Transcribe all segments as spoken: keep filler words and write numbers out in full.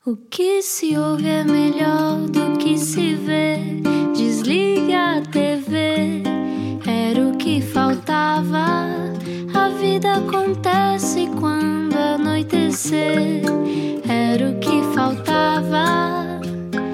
O que se ouve é melhor do que se vê. Desliga a T V, era o que faltava. A vida acontece quando anoitecer, era o que faltava.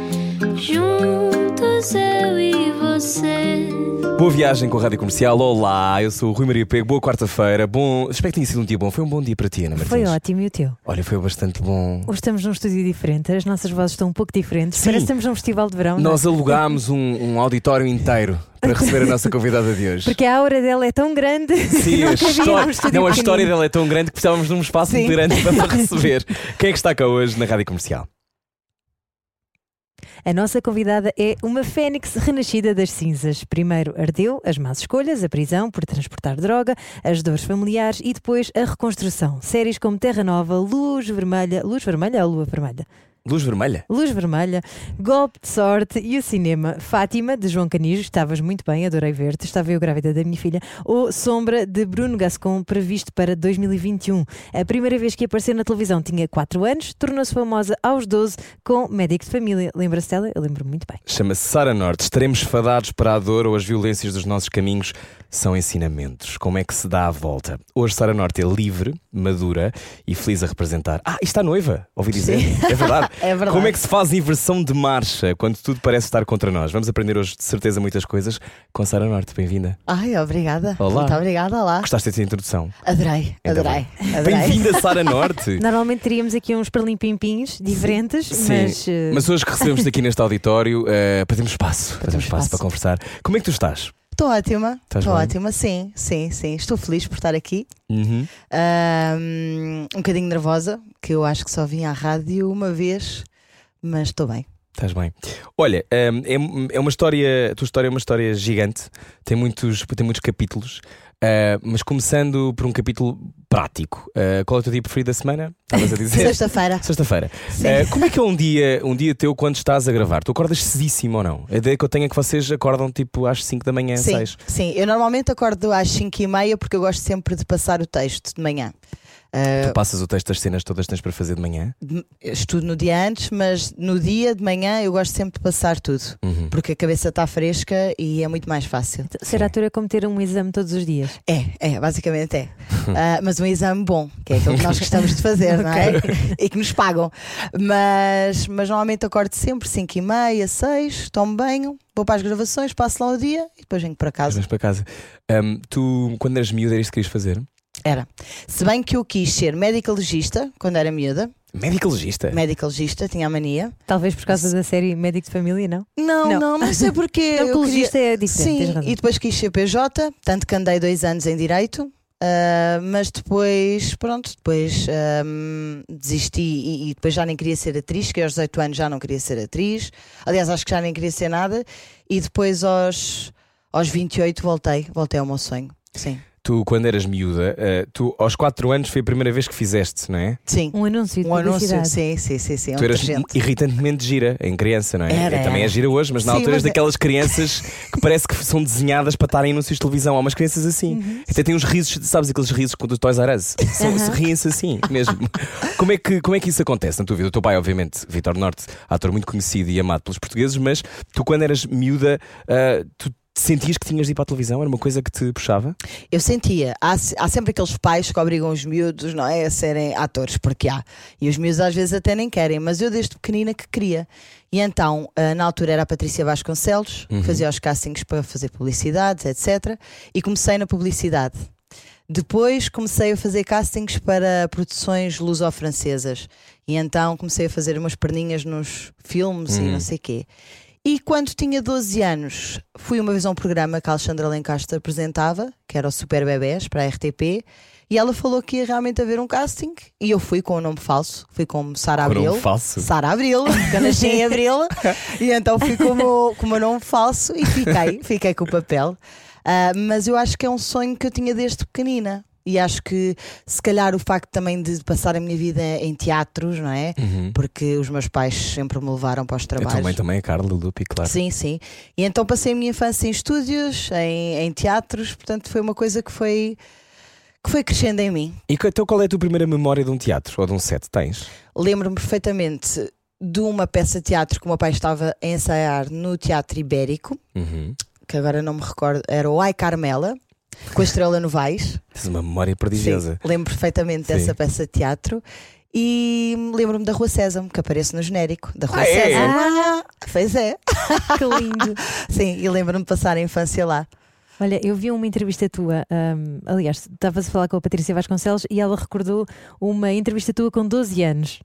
Juntos eu e você. Boa viagem com a Rádio Comercial. Olá, eu sou o Rui Maria Pego. Boa quarta-feira. Bom, espero que tenha sido um dia bom. Foi um bom dia para ti, Ana Martins? Foi ótimo, e o teu? Olha, foi bastante bom. Hoje estamos num estúdio diferente, as nossas vozes estão um pouco diferentes. Sim. Parece que estamos num festival de verão. Nós não é? alugámos um, um auditório inteiro para receber a nossa convidada de hoje. Porque a aura dela é tão grande. Sim, não a, história, estúdio não, a pequenino. história dela é tão grande que precisávamos de um espaço Sim. muito grande para a receber. Quem é que está cá hoje na Rádio Comercial? A nossa convidada é uma fênix renascida das cinzas. Primeiro ardeu as más escolhas, a prisão por transportar droga, as dores familiares e depois a reconstrução. Séries como Terra Nova, Luz Vermelha, Luz Vermelha ou Lua Vermelha? Luz Vermelha? Luz Vermelha, Golpe de Sorte e o cinema. Fátima, de João Canijo, estavas muito bem, adorei ver-te, estava eu grávida da minha filha. Ou Sombra, de Bruno Gascon, previsto para dois mil e vinte e um. A primeira vez que apareceu na televisão tinha quatro anos, tornou-se famosa aos doze com Médico de Família. Lembra-se dela? Eu lembro-me muito bem. Chama-se Sara Norte. Estaremos fadados para a dor ou as violências dos nossos caminhos são ensinamentos. Como é que se dá a volta? Hoje Sara Norte é livre, madura e feliz a representar. Ah, e está noiva, ouvi dizer. Sim. É verdade. É verdade. Como é que se faz inversão de marcha quando tudo parece estar contra nós? Vamos aprender hoje de certeza muitas coisas com Sara Norte. Bem-vinda. Ai, obrigada. Olá. Muito obrigada, olá. Gostaste dessa introdução? Adorei, Ainda adorei. bem. adorei. Bem-vinda, Sara Norte. Normalmente teríamos aqui uns perlimpimpins diferentes, Sim, mas... eh, mas hoje que recebemos aqui neste auditório, uh, para termos espaço, para termos espaço espaço. para conversar. Como é que tu estás? Estou ótima, Estás estou bem? ótima, sim, sim, sim. Estou feliz por estar aqui. Uhum. Ahm, um bocadinho nervosa, que eu acho que só vim à rádio uma vez, mas estou bem. Estás bem. Olha, hum, é, é uma história, a tua história é uma história gigante, tem muitos, tem muitos capítulos, uh, mas começando por um capítulo prático. Uh, qual é o teu dia preferido da semana? Estavas a dizer? Sexta-feira. Sexta-feira. Sim. Uh, como é que é um dia, um dia teu quando estás a gravar? Tu acordas cedíssimo ou não? A ideia que eu tenho é que vocês acordam tipo às cinco da manhã, Sim, seis. sim. Eu normalmente acordo às cinco e meia porque eu gosto sempre de passar o texto de manhã. Tu passas o texto das cenas todas que tens para fazer de manhã? Uh, estudo no dia antes, mas no dia de manhã eu gosto sempre de passar tudo, Uhum. porque a cabeça está fresca e é muito mais fácil. Ser ator é como ter um exame todos os dias. É, é, basicamente é. Ah, mas um exame bom, que é aquilo que nós gostamos de fazer, não é? E que nos pagam. Mas, mas normalmente acordo sempre cinco e meia, seis, tomo banho, vou para as gravações, passo lá o dia e depois venho para casa. Vais para casa. Hum, tu, quando eras miúda, era isto que querias fazer? Era. Se bem que eu quis ser médica legista quando era miúda, Médica legista? médica legista, tinha a mania. Talvez por causa da série Médico de Família, não? Não, Não. não, não sei porquê. Não, Eu legista queria- é diferente, tens Sim, razão. e depois quis ser P J, tanto que andei dois anos em Direito. Uh, mas depois, pronto, depois um, desisti e, e depois já nem queria ser atriz, que aos dezoito anos já não queria ser atriz. Aliás, acho que já nem queria ser nada. E depois aos, aos vinte e oito voltei, voltei ao meu sonho. Sim, Tu, quando eras miúda, uh, tu aos quatro anos foi a primeira vez que fizeste, não é? sim. Um anúncio de Um anúncio, publicidade. sim, sim, sim, sim. É um tu eras detergente. irritantemente gira em criança, não é? Era, Também é era. gira hoje, mas na Sim, altura és mas é- daquelas crianças que parece que são desenhadas para estarem em anúncios de televisão. Há umas crianças assim. Uhum. Até tem uns risos, sabes aqueles risos com o Toys R Us? São- se Riem-se assim mesmo. como, é que, como é que isso acontece na tua vida? O teu pai, obviamente, Vítor Norte, ator muito conhecido e amado pelos portugueses, mas tu, quando eras miúda, uh, tu sentias que tinhas de ir para a televisão? Era uma coisa que te puxava? Eu sentia, há, há sempre aqueles pais que obrigam os miúdos, não é, a serem atores, porque há. E os miúdos às vezes até nem querem, mas eu desde pequenina que queria. E então, ah, na altura era a Patrícia Vasconcelos, Uhum. que fazia os castings para fazer publicidades, etcétera. E comecei na publicidade. Depois comecei a fazer castings para produções luso-francesas. E então comecei a fazer umas perninhas nos filmes Uhum. e não sei o quê. E quando tinha doze anos, fui uma vez a um programa que a Alexandra Lencastre apresentava, que era o Super Bebés, para a R T P, e ela falou que ia realmente haver um casting, e eu fui com um nome falso, fui como Sara Com um Abril. nome falso? Sara Abril, porque eu nasci em Abril, e então fui com o meu, com o meu nome falso e fiquei, fiquei com o papel. Ah, mas eu acho que é um sonho que eu tinha desde pequenina. E acho que se calhar o facto também de passar a minha vida em teatros, não é? Uhum. Porque os meus pais sempre me levaram para os Eu trabalhos. também, também, a Carla Lupi, claro. Sim, sim. E então passei a minha infância em estúdios, em, em teatros, portanto foi uma coisa que foi, que foi crescendo em mim. E então qual é a tua primeira memória de um teatro ou de um set? Tens? Lembro-me perfeitamente de uma peça de teatro que o meu pai estava a ensaiar no Teatro Ibérico, Uhum. que agora não me recordo, era o Ai Carmela, com a Estrela Novaes. Tens uma memória prodigiosa. Sim, lembro perfeitamente Sim. dessa peça de teatro. E lembro-me da Rua Sésamo, que aparece no genérico da Rua Ah, é? Sésamo. Ah, pois é. Que lindo. Sim, e lembro-me de passar a infância lá. Olha, eu vi uma entrevista tua, hum, aliás, estavas a falar com a Patrícia Vasconcelos e ela recordou uma entrevista tua com doze anos.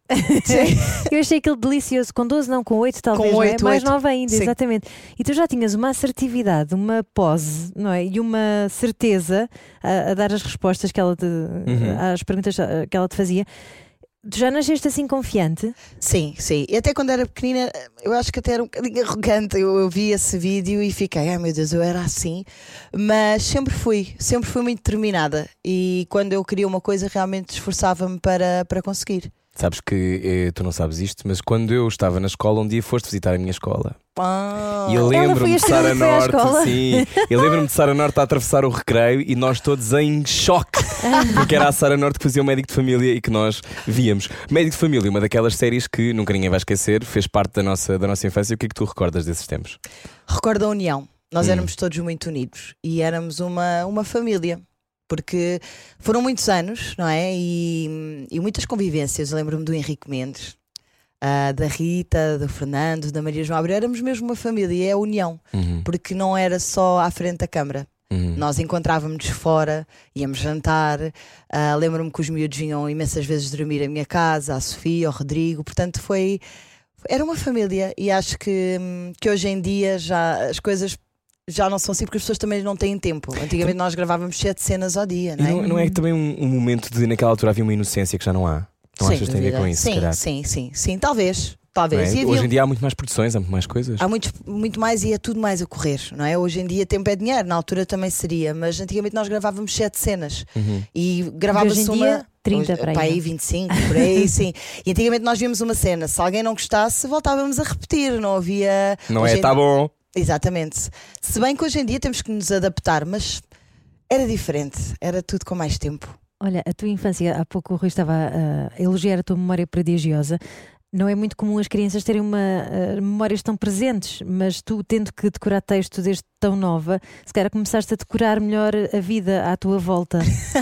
Eu achei aquilo delicioso, com doze não, com oito talvez, Com não é? oito, Mais oito. nova ainda, Sim. exatamente. E tu já tinhas uma assertividade, uma pose, não é? E uma certeza a, a dar as respostas que ela te, Uhum. às perguntas que ela te fazia. Tu já nasceste assim confiante? Sim, sim. E até quando era pequenina, eu acho que até era um bocadinho arrogante. Eu, eu vi esse vídeo e fiquei, ai meu Deus, eu era assim. Mas sempre fui, sempre fui muito determinada. E quando eu queria uma coisa, realmente esforçava-me para, para conseguir. Sabes que eh, tu não sabes isto, mas quando eu estava na escola, um dia foste visitar a minha escola. Ah, E eu Ela lembro-me foi de a Sara estudante que foi à Norte, escola? sim. Eu lembro-me de Sara Norte a atravessar o recreio e nós todos em choque, porque era a Sara Norte que fazia o Médico de Família e que nós víamos. Médico de Família, uma daquelas séries que nunca ninguém vai esquecer, fez parte da nossa, da nossa infância. O que é que tu recordas desses tempos? recordo a união. Nós Hum. éramos todos muito unidos e éramos uma, uma família. Porque foram muitos anos, não é? E, e muitas convivências. Eu lembro-me do Henrique Mendes, ah, da Rita, do Fernando, da Maria João Abreu. Éramos mesmo uma família e é a união. Uhum. Porque não era só à frente da câmara. Uhum. Nós encontrávamos fora, íamos jantar. ah, Lembro-me que os miúdos vinham imensas vezes dormir à minha casa, à Sofia, ao Rodrigo. Portanto, foi. Era uma família e acho que, hum, que hoje em dia já as coisas já não são assim porque as pessoas também não têm tempo. Antigamente nós gravávamos sete cenas ao dia, E não é? não, não é também um, um momento de, naquela altura, havia uma inocência que já não há? Não Sem achas que tem a ver dúvida. com isso, se Sim, calhar? sim, sim, sim, talvez. Não Talvez. é? E havia- Hoje em dia há muito mais produções, há muito mais coisas. Há muito, muito mais e é tudo mais a correr, não é? Hoje em dia tempo é dinheiro, na altura também seria, mas antigamente nós gravávamos sete cenas Uhum. e gravava-se Hoje em uma. dia, trinta Hoje- para aí, pá, não é? vinte e cinco, por aí, sim. E antigamente nós víamos uma cena, se alguém não gostasse, voltávamos a repetir, não havia. Não Hoje é? em- Tá bom. Exatamente. Se bem que hoje em dia temos que nos adaptar, mas era diferente, era tudo com mais tempo. Olha, a tua infância, há pouco o Rui estava a, a elogiar a tua memória prodigiosa. Não é muito comum as crianças terem uma, uh, memórias tão presentes, mas tu, tendo que decorar texto desde tão nova, se calhar começaste a decorar melhor a vida à tua volta.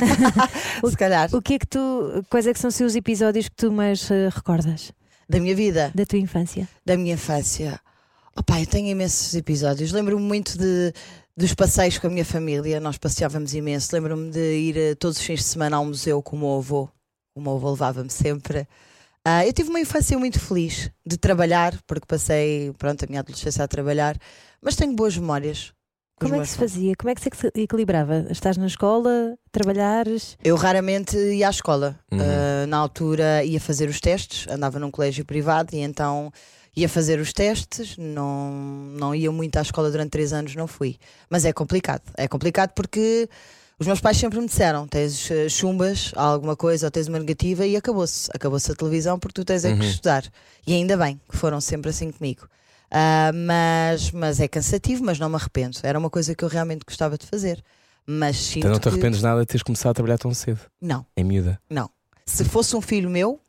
Se calhar, O que é que tu, quais é que são os seus episódios que tu mais uh, recordas da minha vida, da tua infância? da minha infância. Opa, eu tenho imensos episódios. Lembro-me muito de, dos passeios com a minha família. Nós passeávamos imenso. Lembro-me de ir eh, todos os fins de semana ao museu com o meu avô. O meu avô levava-me sempre. Ah, eu tive uma infância muito feliz de trabalhar, porque passei, pronto, a minha adolescência a trabalhar, mas tenho boas memórias. com os Como é que meus se pais. fazia? Como é que se equilibrava? Estás na escola, trabalhares? Eu raramente ia à escola. Uhum. Ah, na altura ia fazer os testes, andava num colégio privado e então ia fazer os testes, não, não ia muito à escola durante três anos, não fui. Mas é complicado, é complicado porque os meus pais sempre me disseram: tens eh, chumbas, alguma coisa, ou tens uma negativa e acabou-se. Acabou-se a televisão porque tu tens é que Uhum. estudar. E ainda bem que foram sempre assim comigo. Ah, mas, mas é cansativo, mas não me arrependo. Era uma coisa que eu realmente gostava de fazer. Mas sinto Então não te que- arrependes nada de teres começado a trabalhar tão cedo, Não. em miúda. Não. Se fosse um filho meu,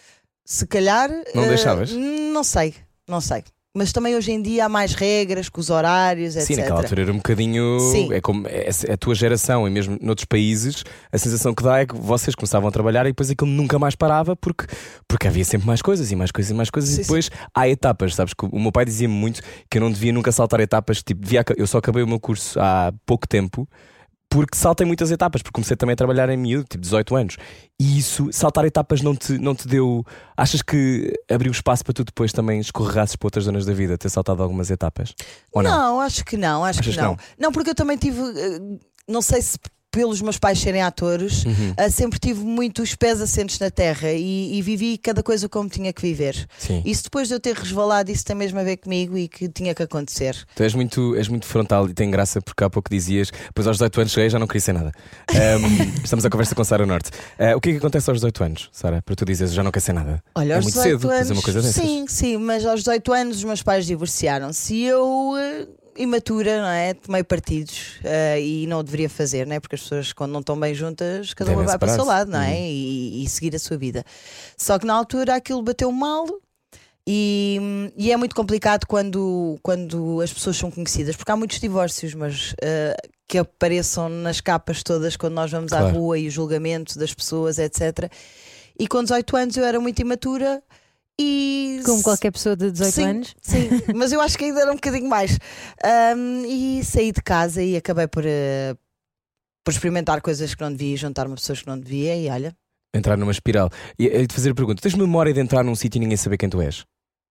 se calhar. Não eh, deixavas? Não sei, não sei. Mas também hoje em dia há mais regras com os horários, Sim, etcétera. naquela altura era um bocadinho. Sim. É como é, é a tua geração, e mesmo noutros países, a sensação que dá é que vocês começavam a trabalhar e depois aquilo nunca mais parava porque, porque havia sempre mais coisas e mais coisas e mais coisas. Sim, e depois há etapas, sabes? Que o meu pai dizia-me muito que eu não devia nunca saltar etapas. Tipo, devia, eu só acabei o meu curso há pouco tempo porque saltei muitas etapas, porque comecei também a trabalhar em miúdo, tipo dezoito anos. E isso, saltar etapas não te, não te deu. Achas que abriu espaço para tu depois também escorregasses para outras zonas da vida, ter saltado algumas etapas? Ou não? Não, acho que não, acho Achas que que não. não? Não, porque eu também tive, eh, não sei se pelos meus pais serem atores, Uhum. ah, sempre tive muito os pés assentes na terra e, e vivi cada coisa como tinha que viver. Sim. Isso depois de eu ter resvalado, isso tem mesmo a ver comigo e que tinha que acontecer. Tu és muito, és muito frontal e tem graça porque há pouco dizias, depois aos dezoito anos cheguei e já não queria ser nada. Ahm, estamos a conversa com Sara Norte. Ah, o que é que acontece aos dezoito anos, Sara? Para tu dizeres, já não quer ser nada. Olha, É aos muito dezoito cedo anos, fazer uma coisa dessas. Sim, sim, mas aos dezoito anos os meus pais divorciaram-se e eu, eh, imatura, não é? Tomei partidos eh, e não o deveria fazer, não é? Porque as pessoas, quando não estão bem juntas, cada uma Devem vai para o seu separar-se. lado, não é? Uhum. E, e seguir a sua vida. Só que na altura aquilo bateu mal E, e é muito complicado quando, quando as pessoas são conhecidas, porque há muitos divórcios, mas uh, que apareçam nas capas todas quando nós vamos Claro. à rua e o julgamento das pessoas, etcétera. E com dezoito anos eu era muito imatura e. Como qualquer pessoa de dezoito Sim, anos. Sim, mas eu acho que ainda era um bocadinho mais. Um, e saí de casa e acabei por, uh, por experimentar coisas que não devia, juntar-me a pessoas que não devia, e olha. Entrar numa espiral. E e te fazer a pergunta: tens memória de entrar num sítio e ninguém saber quem tu és?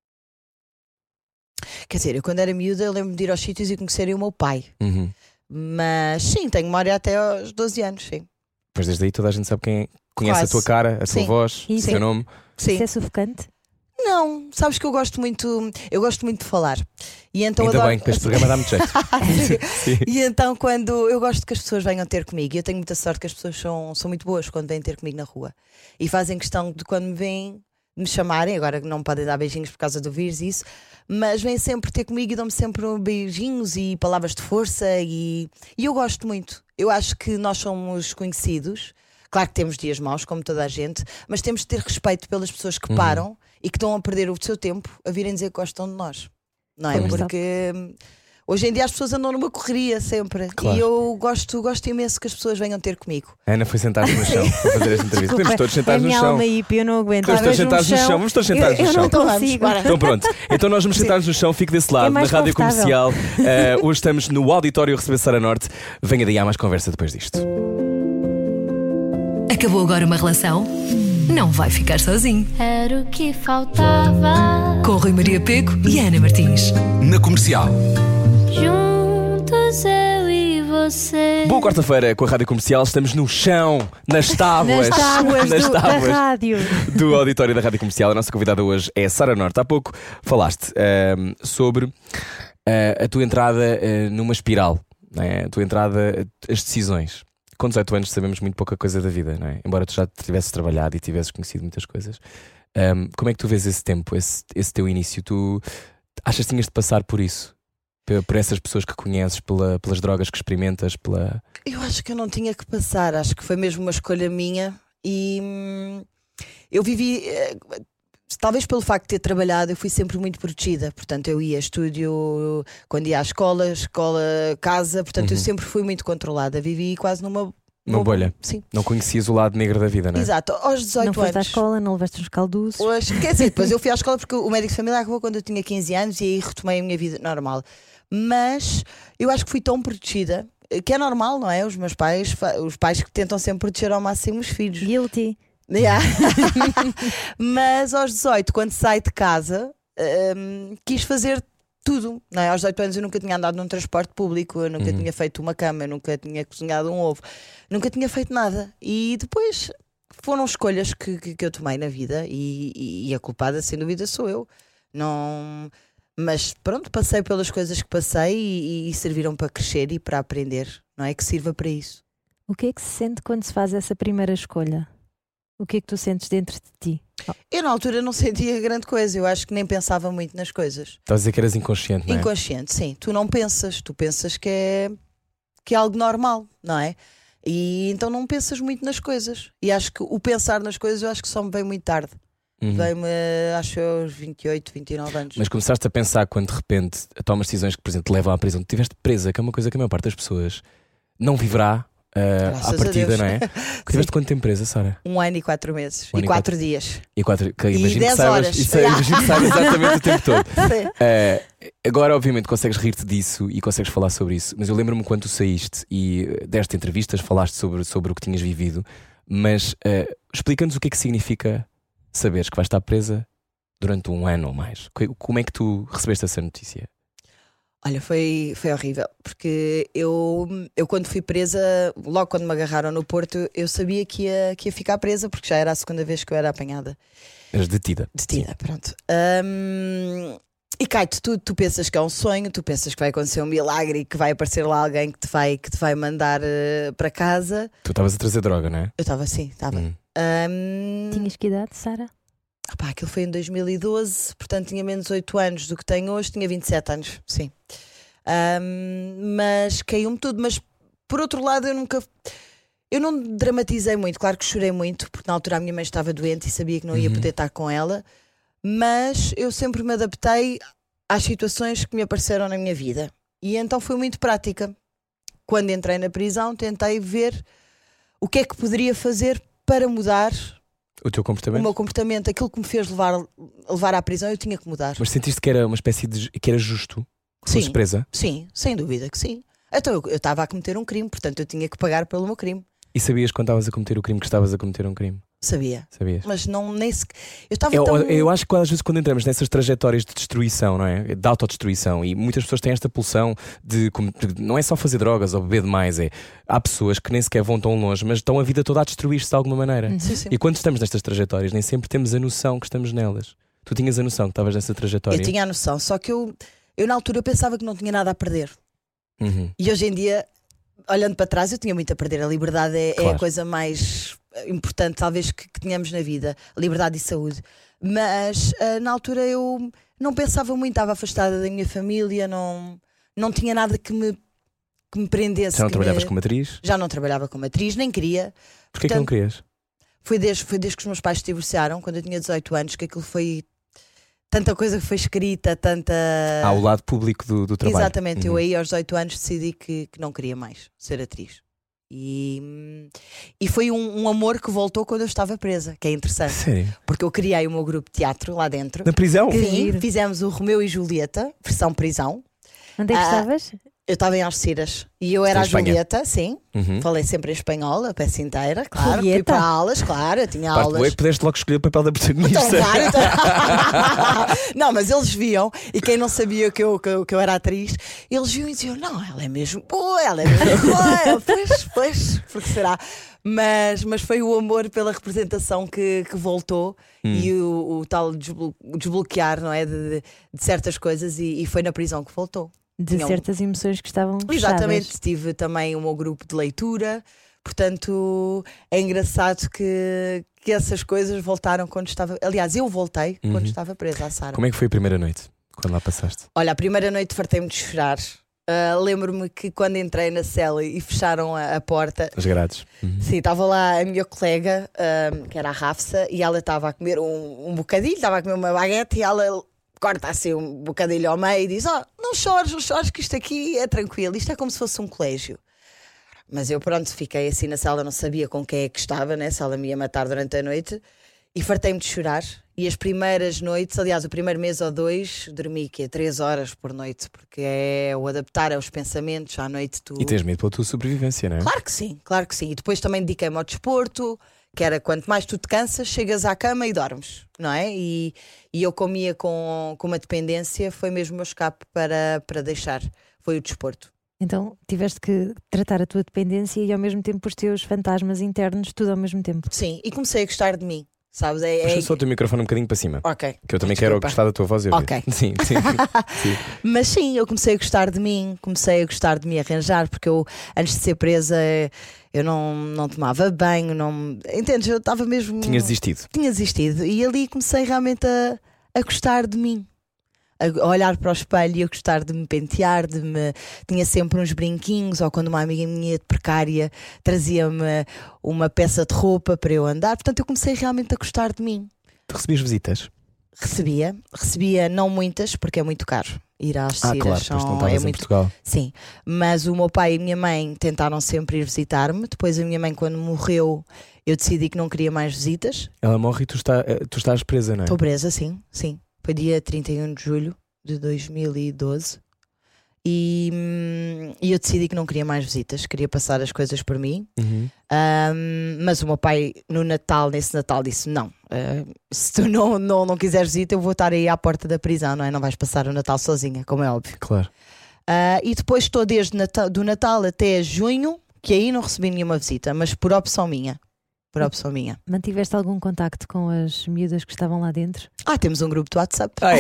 Quer dizer, eu quando era miúda eu lembro de ir aos sítios e conhecerem o meu pai. Uhum. Mas sim, tenho memória até aos doze anos, sim. Mas desde aí toda a gente sabe quem é. Conhece Quase. a tua cara, a tua Sim. voz, o Isso teu é- nome. Sim. Isso é sufocante? Não, sabes que eu gosto muito, eu gosto muito de falar. E então Ainda adoro... bem que para este programa dá muito jeito. Sim. E então quando eu gosto que as pessoas venham ter comigo, e eu tenho muita sorte que as pessoas são, são muito boas quando vêm ter comigo na rua. E fazem questão de quando me vêm me chamarem, agora não me podem dar beijinhos por causa do vírus e isso, mas vêm sempre ter comigo e dão-me sempre beijinhos e palavras de força e, e eu gosto muito. Eu acho que nós somos conhecidos. Claro que temos dias maus, como toda a gente, mas temos de ter respeito pelas pessoas que Uhum. param e que estão a perder o seu tempo a virem dizer que gostam de nós. Não é? Uhum. Porque hum, hoje em dia as pessoas andam numa correria sempre. Claro. E eu gosto, gosto imenso que as pessoas venham ter comigo. A Ana foi sentar-se no chão para fazer esta entrevista. Podemos todos é a sentados no minha chão. alma hippie, eu não aguento. Vamos todos Vejo um sentados no chão. Vamos todos sentados eu, no eu chão. não Então vamos, consigo. bora. Então pronto, então nós vamos sentar-nos no chão, fique desse lado, É na mais Rádio confortável. Comercial. Eh, hoje estamos no auditório a receber Sara Norte. Venha daí, há mais conversa depois disto. Acabou agora uma relação? Não vai ficar sozinho. Era o que faltava. Com Rui Maria Pego e Ana Martins. Na Comercial. Juntos eu e você. Boa quarta-feira com a Rádio Comercial. Estamos no chão, nas tábuas, Nas tábuas, nas do, da tábuas rádio. do auditório da Rádio Comercial. A nossa convidada hoje é Sara Norte. Há pouco falaste ahm, sobre ah, a tua entrada ah, numa espiral, não é? A tua entrada, as decisões. Com dezoito anos sabemos muito pouca coisa da vida, não é? Embora tu já tivesses trabalhado e tivesses conhecido muitas coisas. Ahm, como é que tu vês esse tempo, esse, esse teu início? Tu achas que tinhas de passar por isso? Por, por essas pessoas que conheces, pela, pelas drogas que experimentas, pela... Eu acho que eu não tinha que passar, acho que foi mesmo uma escolha minha e hum, eu vivi, eh, talvez pelo facto de ter trabalhado, eu fui sempre muito protegida. Portanto, eu ia a estúdio, quando ia à escola, escola, casa, portanto, eu Uhum. sempre fui muito controlada. Vivi quase numa, Uma bolha. Sim, Não conhecias o lado negro da vida, não é? exato. Aos dezoito Não foste à anos. escola, não levaste uns calduços. Hoje, quer dizer, depois eu fui à escola porque o médico de família acabou quando eu tinha quinze anos e aí retomei a minha vida normal. Mas eu acho que fui tão protegida, que é normal, não é? Os meus pais, fa- os pais que tentam sempre proteger ao máximo os filhos. Guilty. Yeah. Mas aos dezoito, quando saí de casa, hum, quis fazer tudo. Não é? Aos dezoito anos eu nunca tinha andado num transporte público, eu nunca Uhum. tinha feito uma cama, eu nunca tinha cozinhado um ovo, nunca tinha feito nada. E depois foram escolhas que, que, que eu tomei na vida e, e- e a culpada, sem dúvida, sou eu. Não. Mas pronto, passei pelas coisas que passei e, e serviram para crescer e para aprender, não é? Que sirva para isso. O que é que se sente quando se faz essa primeira escolha? O que é que tu sentes dentro de ti? Eu na altura não sentia grande coisa, eu acho que nem pensava muito nas coisas. Estás a dizer que eras inconsciente, não é? Inconsciente, sim. Tu não pensas, tu pensas que é, que é algo normal, não é? E então não pensas muito nas coisas. E acho que o pensar nas coisas eu acho que só me veio muito tarde. Uhum. Veio-me, acho eu, aos vinte e oito, vinte e nove anos. Mas começaste a pensar quando de repente tomas decisões que, por exemplo, te levam à prisão. Tu estiveste presa, que é uma coisa que a maior parte das pessoas não viverá uh, Graças à a partida, Deus. não é? Tiveste quanto tempo presa, Sara? Um ano e quatro meses. Um ano e e quatro dias. E quatro, que E imagino dez que saibas, horas. Isso, é- imagino que saibas exatamente o tempo todo. Sim. Uh, agora, obviamente, consegues rir-te disso e consegues falar sobre isso, mas eu lembro-me quando tu saíste e uh, deste entrevistas, falaste sobre, sobre o que tinhas vivido, mas uh, explica-nos o que é que significa saberes que vais estar presa durante um ano ou mais. Co- Como é que tu recebeste essa notícia? Olha, foi, foi horrível, porque eu, eu quando fui presa, logo quando me agarraram no Porto, eu sabia que ia, que ia ficar presa, porque já era a segunda vez que eu era apanhada. Eras detida. Detida, pronto. Hum, e cai-te tudo, tu pensas que é um sonho, tu pensas que vai acontecer um milagre e que vai aparecer lá alguém que te vai, que te vai mandar eh, para casa. Tu estavas a trazer droga, não é? Eu estava assim, estava. Hum. Hum, Tinhas que idade, Sara? Opá, aquilo foi em dois mil e doze, portanto tinha menos oito anos do que tenho hoje, tinha vinte e sete anos, sim. Hum, mas caiu-me tudo, mas por outro lado eu nunca. Eu não dramatizei muito, claro que chorei muito, porque na altura a minha mãe estava doente e sabia que não ia Uhum. poder estar com ela, mas eu sempre me adaptei às situações que me apareceram na minha vida. E então fui muito prática. Quando entrei na prisão, tentei ver o que é que poderia fazer para mudar o teu comportamento. O meu comportamento, aquilo que me fez levar, levar à prisão, eu tinha que mudar. Mas sentiste que era uma espécie de. que era justo? Que fosse Sim, presa? sim, sem dúvida que sim. Então eu estava a cometer um crime, portanto eu tinha que pagar pelo meu crime. E sabias quando estavas a cometer o crime que estavas a cometer um crime? Sabia. Sabias? Mas não nem sequer. Eu estava Eu, tão. eu acho que às vezes quando entramos nessas trajetórias de destruição, não é? De autodestruição, e muitas pessoas têm esta pulsão de, de não é só fazer drogas ou beber demais, é há pessoas que nem sequer vão tão longe, mas estão a vida toda a destruir-se de alguma maneira. Sim, sim. E quando estamos nestas trajetórias, nem sempre temos a noção que estamos nelas. Tu tinhas a noção que estavas nessa trajetória? Eu tinha a noção, só que eu, eu na altura eu pensava que não tinha nada a perder. Uhum. E hoje em dia, olhando para trás, eu tinha muito a perder. A liberdade é, Claro. é a coisa mais importante, talvez, que, que tenhamos na vida. Liberdade e saúde. Mas uh, na altura eu não pensava muito, estava afastada da minha família, não, não tinha nada que me, que me prendesse. Já não que trabalhavas me... como atriz? Já não trabalhava como atriz, nem queria. Porquê que não querias? Foi desde, foi desde que os meus pais se divorciaram, quando eu tinha dezoito anos, que aquilo foi. Tanta coisa que foi escrita, tanta. Há o lado público do, do trabalho. Exatamente, Uhum. eu aí aos dezoito anos decidi que, que não queria mais ser atriz. E, e foi um, um amor que voltou quando eu estava presa, que é interessante, Sério? porque eu criei o meu grupo de teatro lá dentro. Na prisão? Que Sim, giro. fizemos o Romeu e Julieta, versão prisão. Onde é que Ah, estavas? Eu estava em Algeciras e eu era Em a Espanha? Julieta, sim. Uhum. Falei sempre em espanhol, a peça inteira, claro. Fui Julieta? para aulas, claro, eu tinha Parte boa é aulas. que pudeste logo escolher o papel da protagonista. Então, claro, então... Não, mas eles viam, e quem não sabia que eu, que, eu, que eu era atriz, eles viam e diziam: não, ela é mesmo boa, ela é mesmo boa. Pois, pois, porque será? Mas, mas foi o amor pela representação que, que voltou Hum. e o, o tal desblo- desbloquear, não é? De, de- de certas coisas, e, e foi na prisão que voltou. De tinha um- certas emoções que estavam Exatamente, fechadas. tive também o meu grupo de leitura, portanto é engraçado que, que essas coisas voltaram quando estava. Aliás, eu voltei Uhum. quando estava presa à Sara. Como é que foi a primeira noite? Quando lá passaste? Olha, a primeira noite fartei-me de chorar. Ah, lembro-me que quando entrei na cela e fecharam a, a porta, As grades? Uhum. sim, estava lá a minha colega, ah, que era a Rafsa, e ela estava a comer um, um bocadinho, estava a comer uma baguete, e ela corta assim um bocadinho ao meio e diz: oh, não chores, não chores, que isto aqui é tranquilo, isto é como se fosse um colégio. Mas eu, pronto, fiquei assim na sala, não sabia com quem é que estava, né? Se ela me ia matar durante a noite, e fartei-me de chorar. E as primeiras noites, aliás, o primeiro mês ou dois, dormi que é três horas por noite, porque é o adaptar aos pensamentos à noite. Tu... E tens medo pela tua sobrevivência, não é? Claro que sim, claro que sim. E depois também dediquei-me ao desporto, que era quanto mais tu te cansas, chegas à cama e dormes, não é? E, e eu comia com, com uma dependência, foi mesmo o meu escape para, para deixar, foi o desporto. Então tiveste que tratar a tua dependência e ao mesmo tempo os teus fantasmas internos, tudo ao mesmo tempo. Sim, e comecei a gostar de mim, sabes? É, Puxa é... só o teu microfone um bocadinho para cima. Ok. Que eu também Desculpa. quero gostar da tua voz e ouvir. Ok. Sim, sim. sim. Mas sim, eu comecei a gostar de mim, comecei a gostar de me arranjar, porque eu, antes de ser presa, eu não, não tomava banho, não. Entendes? Eu estava mesmo. Tinhas desistido. Tinha desistido. E ali comecei realmente a, a gostar de mim. A olhar para o espelho e a gostar de me pentear, de me... tinha sempre uns brinquinhos, ou quando uma amiga minha de precária trazia-me uma peça de roupa para eu andar. Portanto, eu comecei realmente a gostar de mim. Tu recebias visitas? Recebia, recebia não muitas, porque é muito caro ir às Ah, Ciras. claro, depois não são- estavas é em muito... Portugal. Sim, mas o meu pai e a minha mãe tentaram sempre ir visitar-me. Depois a minha mãe, quando morreu, eu decidi que não queria mais visitas. Ela morre e tu, está, eh, tu estás presa, não é? Estou presa, sim, sim. Foi dia trinta e um de julho de dois mil e doze. E, hum, e eu decidi que não queria mais visitas, queria passar as coisas por mim. Uhum. Hum, mas o meu pai, no Natal, nesse Natal, disse: não, uh, se tu não, não, não quiseres visita, eu vou estar aí à porta da prisão, não é? Não vais passar o Natal sozinha, como é óbvio. Claro. Uh, e depois estou desde Natal, do Natal até junho, que aí não recebi nenhuma visita, mas por opção minha. Por opção minha. Mantiveste algum contacto com as miúdas que estavam lá dentro? Ah, temos um grupo de WhatsApp. Ah,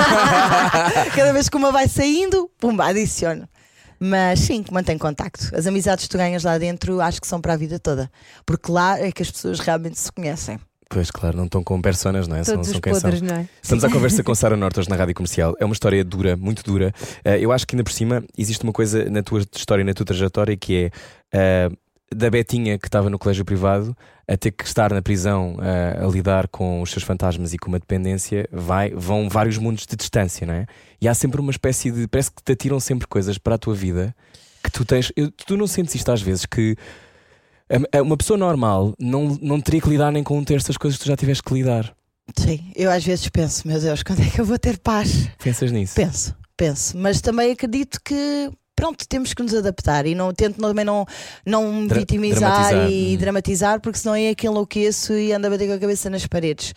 é? Cada vez que uma vai saindo, pumba, adiciono. Mas sim, que mantém contacto. As amizades que tu ganhas lá dentro acho que são para a vida toda. Porque lá é que as pessoas realmente se conhecem. Pois, claro, não estão com personas, não é? Todos são, os são quem são. podres, não é? Estamos à conversa com Sara Norte hoje na Rádio Comercial. É uma história dura, muito dura. Uh, eu acho que ainda por cima existe uma coisa na tua história e na tua trajetória que é uh, da Betinha que estava no colégio privado a ter que estar na prisão a, a lidar com os seus fantasmas e com uma dependência, vai, vão vários mundos de distância, não é? E há sempre uma espécie de. Parece que te atiram sempre coisas para a tua vida que tu tens. Eu, tu não sentes isto às vezes que uma pessoa normal não, não teria que lidar nem com um terço das coisas que tu já tiveste que lidar. Sim, eu às vezes penso, meu Deus, quando é que eu vou ter paz? Pensas nisso? Penso, penso, mas também acredito que pronto, temos que nos adaptar e não tento também não, não Dra- vitimizar dramatizar. e Hum. dramatizar, porque senão é que enlouqueço e ando a bater com a cabeça nas paredes.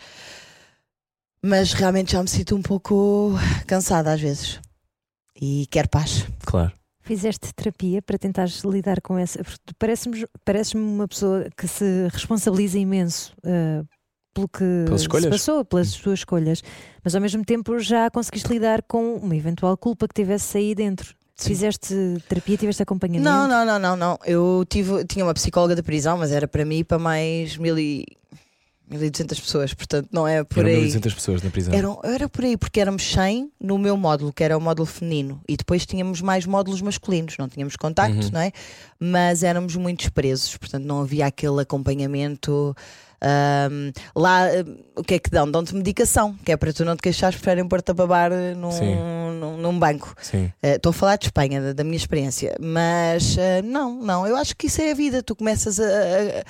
Mas realmente já me sinto um pouco cansada às vezes e quero paz. Claro. Fizeste terapia para tentares lidar com essa. Porque tu pareces-me pareces-me uma pessoa que se responsabiliza imenso uh, pelo que Pelas se escolhas. passou, pelas suas escolhas, mas ao mesmo tempo já conseguiste lidar com uma eventual culpa que tivesse aí dentro. Sim. Fizeste terapia, tiveste acompanhamento? Não, não, não, não, não. Eu tive, tinha uma psicóloga da prisão, mas era para mim e para mais mil e mil e duzentas pessoas, portanto não é por Eram aí. mil e duzentas pessoas na prisão. Eram, era por aí, porque éramos cem no meu módulo, que era o módulo feminino, e depois tínhamos mais módulos masculinos, não tínhamos contacto, Uhum. não é? Mas éramos muitos presos, portanto não havia aquele acompanhamento. Ahm, lá, hum, o que é que dão? Dão-te medicação, que é para tu não te queixares, preferem pôr-te a babar num, Sim. num, num banco. Sim. Eh, Estou a falar de Espanha, da, da minha experiência, mas eh, não, não, eu acho que isso é a vida. Tu começas a, a- a-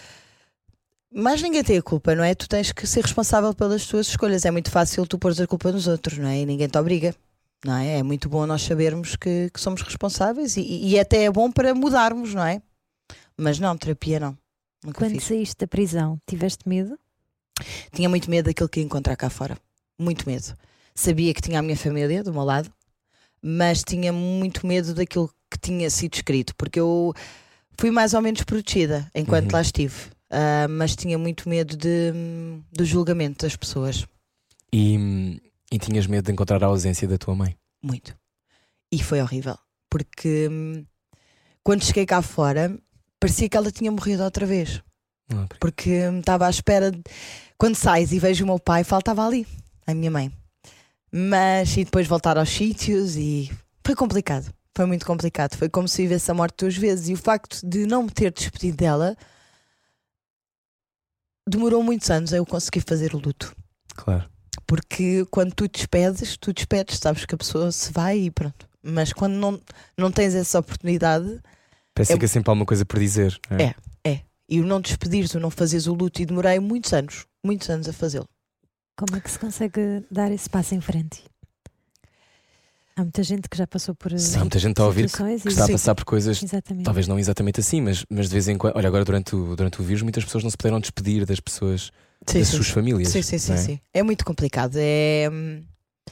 Mas ninguém tem a culpa, não é? Tu tens que ser responsável pelas tuas escolhas. É muito fácil tu pôres a culpa nos outros, não é? E ninguém te obriga, não é? É muito bom nós sabermos que, que somos responsáveis e, e até é bom para mudarmos, não é? Mas não, terapia não. Nunca Quando fiz. saíste da prisão, tiveste medo? Tinha muito medo daquilo que ia encontrar cá fora. Muito medo. Sabia que tinha a minha família do meu lado, mas tinha muito medo daquilo que tinha sido escrito, porque eu fui mais ou menos protegida enquanto Uhum. lá estive. Ah, mas tinha muito medo de, do julgamento das pessoas. E, e tinhas medo de encontrar a ausência da tua mãe? Muito. E foi horrível. Porque hum, quando cheguei cá fora, parecia que ela tinha morrido outra vez. Não, porque- Porque hum, estava à espera. De... Quando sais e vejo o meu pai, faltava ali a minha mãe. Mas e depois voltar aos sítios e foi complicado. Foi muito complicado. Foi como se vivesse a morte duas vezes. E o facto de não me ter despedido dela demorou muitos anos a eu conseguir fazer o luto. Claro. Porque quando tu despedes, tu despedes, sabes que a pessoa se vai e pronto. Mas quando não, não tens essa oportunidade, Parece É- que fica sempre alguma coisa por dizer. não é? É. e o não despedires, o não fazeres o luto, e demorei muitos anos, muitos anos a fazê-lo. Como é que se consegue dar esse passo em frente? Há muita gente que já passou por Sim, há muita gente a ouvir que, situações que e- está a Sim. passar por coisas, Exatamente. talvez não exatamente assim, mas, mas de vez em quando. Olha, agora durante o, durante o vírus, muitas pessoas não se puderam despedir das pessoas, Sim, das sim, suas sim. famílias. Sim, sim, sim, não é? sim. É muito complicado. É... hum,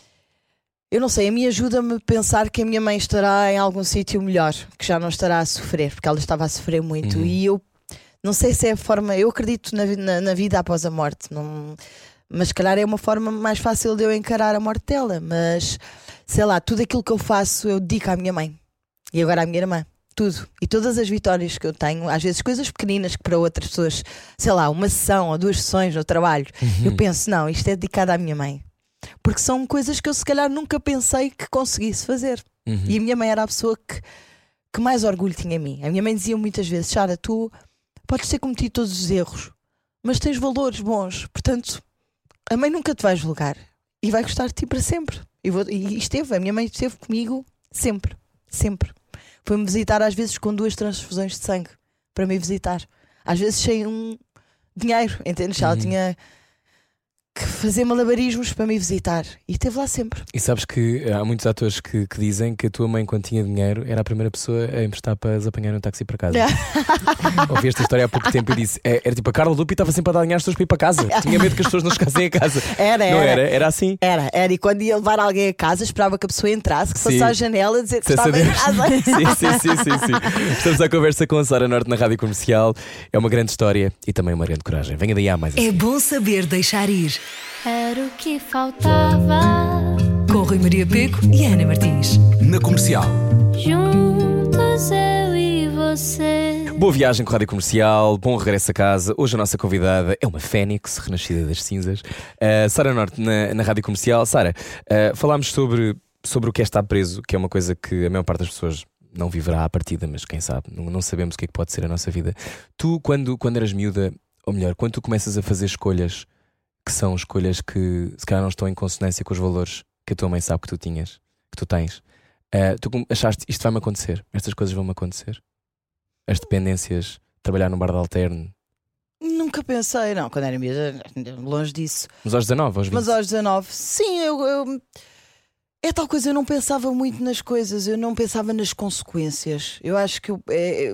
Eu não sei, a mim ajuda-me a pensar que a minha mãe estará em algum sítio melhor, que já não estará a sofrer, porque ela estava a sofrer muito. Uhum. E eu não sei se é a forma. Eu acredito na, vi- na, na vida após a morte, não... mas se calhar é uma forma mais fácil de eu encarar a morte dela. Mas sei lá, tudo aquilo que eu faço eu dedico à minha mãe e agora à minha irmã. Tudo. E todas as vitórias que eu tenho, às vezes coisas pequeninas que para outras pessoas, sei lá, uma sessão ou duas sessões no trabalho, eu penso, não, isto é dedicado à minha mãe. Porque são coisas que eu se calhar nunca pensei que conseguisse fazer. Uhum. E a minha mãe era a pessoa que, que mais orgulho tinha em mim. A minha mãe dizia muitas vezes, Sara, tu podes ter cometido todos os erros, mas tens valores bons. Portanto, a mãe nunca te vai julgar e vai gostar de ti para sempre. E, vou, e esteve, a minha mãe esteve comigo sempre, sempre. Foi-me visitar às vezes com duas transfusões de sangue para me visitar. Às vezes sem um dinheiro, entendes? Ela Uhum. tinha que fazer malabarismos para me visitar e esteve lá sempre. E sabes que há muitos atores que, que dizem que a tua mãe, quando tinha dinheiro, era a primeira pessoa a emprestar para as apanhar um táxi para casa. Ouvi esta história há pouco tempo e disse: é, era tipo a Carla Lupi estava sempre a dar dinheiro às pessoas para ir para casa. Tinha medo que as pessoas não chegassem a casa. Era, Não era. era? Era assim. Era, era, e quando ia levar alguém a casa, esperava que a pessoa entrasse, que fosse Sim. à janela dizer que Se estava em sabemos. casa. Sim, sim, sim, sim, sim. Estamos à conversa com a Sara Norte na Rádio Comercial. É uma grande história e também uma grande coragem. Venha daí a mais. É bom saber deixar ir. Era o que faltava. Com Rui Maria Pego e Ana Martins. Na Comercial. Juntos eu e você. Boa viagem com a Rádio Comercial, bom regresso a casa. Hoje a nossa convidada é uma fênix, renascida das cinzas. Uh, Sara Norte na, na Rádio Comercial. Sara, uh, falámos sobre, sobre o que é estar preso, que é uma coisa que a maior parte das pessoas não viverá à partida, mas quem sabe, não, não sabemos o que é que pode ser a nossa vida. Tu, quando, quando eras miúda, ou melhor, quando tu começas a fazer escolhas que são escolhas que se calhar não estão em consonância com os valores que a tua mãe sabe que tu tinhas, que tu tens, uh, tu achaste isto vai-me acontecer, estas coisas vão-me acontecer? As dependências, trabalhar num bar de alterno? Nunca pensei, não, quando era miúda, longe disso. Mas aos dezanove, aos vinte? Mas aos dezanove, sim, eu, eu. É tal coisa, eu não pensava muito nas coisas, eu não pensava nas consequências. Eu acho que eu, é,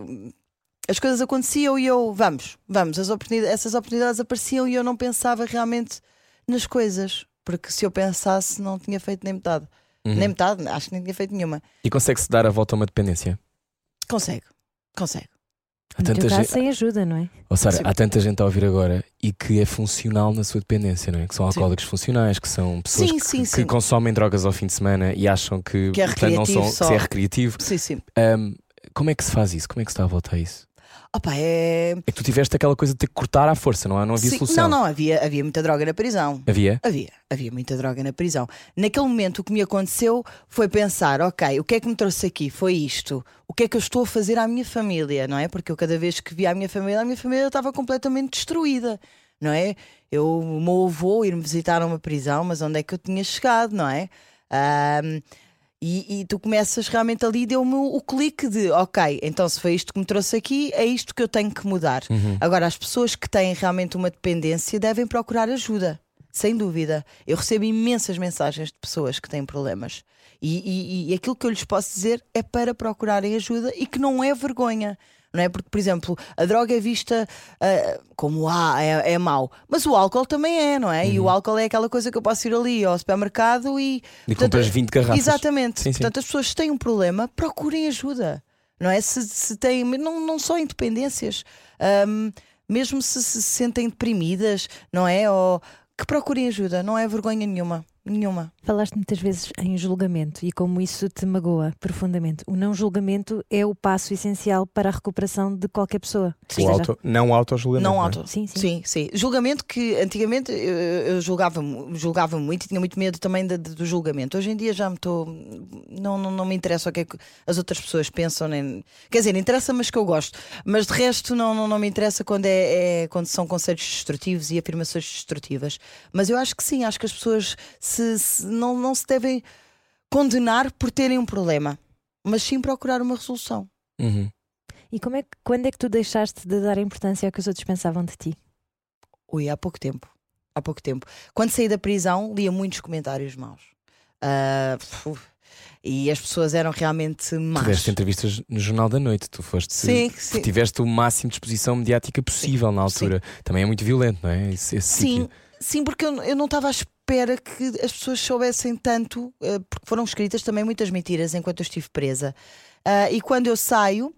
as coisas aconteciam e eu, vamos, vamos, as oportunidades, essas oportunidades apareciam e eu não pensava realmente nas coisas. Porque se eu pensasse, não tinha feito nem metade. Uhum. Nem metade, acho que nem tinha feito nenhuma. E consegue-se dar a volta a uma dependência? Consegue, consegue. Há No tanta teu caso, gente... sem ajuda, não é? Ou seja, Sim. há tanta gente a ouvir agora e que é funcional na sua dependência, não é? Que são alcoólicos funcionais, que são pessoas Sim, que, sim, que sim. consomem drogas ao fim de semana e acham que, Que é portanto, não recreativo são, só. se é recreativo. Sim, sim. Um, como é que se faz isso? Como é que se dá a volta a isso? Opa, é. É que tu tiveste aquela coisa de ter que cortar à força, não, há, não havia Sim, solução. Não, não, havia, havia muita droga na prisão. Havia? Havia, havia muita droga na prisão. Naquele momento o que me aconteceu foi pensar, ok, o que é que me trouxe aqui? Foi isto. O que é que eu estou a fazer à minha família, não é? Porque eu cada vez que via a minha família, a minha família estava completamente destruída, não é? Eu, o meu avô ir-me visitar a uma prisão, mas onde é que eu tinha chegado, não é? Um, E, e tu começas realmente ali, deu-me o, o clique de ok, então se foi isto que me trouxe aqui, é isto que eu tenho que mudar. Uhum. Agora, as pessoas que têm realmente uma dependência devem procurar ajuda, sem dúvida. Eu recebo imensas mensagens de pessoas que têm problemas e, e, e aquilo que eu lhes posso dizer é para procurarem ajuda e que não é vergonha. Não é? Porque, por exemplo, a droga é vista uh, como ah, é, é mau, mas o álcool também é, não é? Uhum. E o álcool é aquela coisa que eu posso ir ali ao supermercado e. E portanto, compras vinte garrafas. Exatamente. Sim, sim. Portanto, as pessoas que têm um problema, procurem ajuda, não é? Se, se têm, não, não só independências, um, mesmo se, se se sentem deprimidas, não é? Ou que procurem ajuda, não é vergonha nenhuma. Nenhuma. Falaste muitas vezes em julgamento e como isso te magoa profundamente. O não julgamento é o passo essencial para a recuperação de qualquer pessoa. O auto, não auto-julgamento. Não não é? auto. Sim, sim. sim, sim. Julgamento que antigamente eu, eu julgava, julgava muito e tinha muito medo também de, de, do julgamento. Hoje em dia já me estou. Não, não, não me interessa o que é que as outras pessoas pensam, nem. Quer dizer, interessa, mas que eu gosto. Mas de resto não, não, não me interessa quando, é, é, quando são conceitos destrutivos e afirmações destrutivas. Mas eu acho que sim, acho que as pessoas se, se, não, não se devem condenar por terem um problema, mas sim procurar uma resolução. Uhum. E como é que, quando é que tu deixaste de dar importância ao que os outros pensavam de ti? Ui, há pouco tempo. Há pouco tempo. Quando saí da prisão, lia muitos comentários maus. Uh, e as pessoas eram realmente más. Tu deste entrevistas no Jornal da Noite, tu foste. Sim, sim. Tiveste o máximo de exposição mediática possível na altura. Sim. Também é muito violento, não é? Esse, esse sim, sítio. sim, porque eu, eu não estava à espera que as pessoas soubessem tanto, uh, porque foram escritas também muitas mentiras enquanto eu estive presa. Uh, e quando eu saio.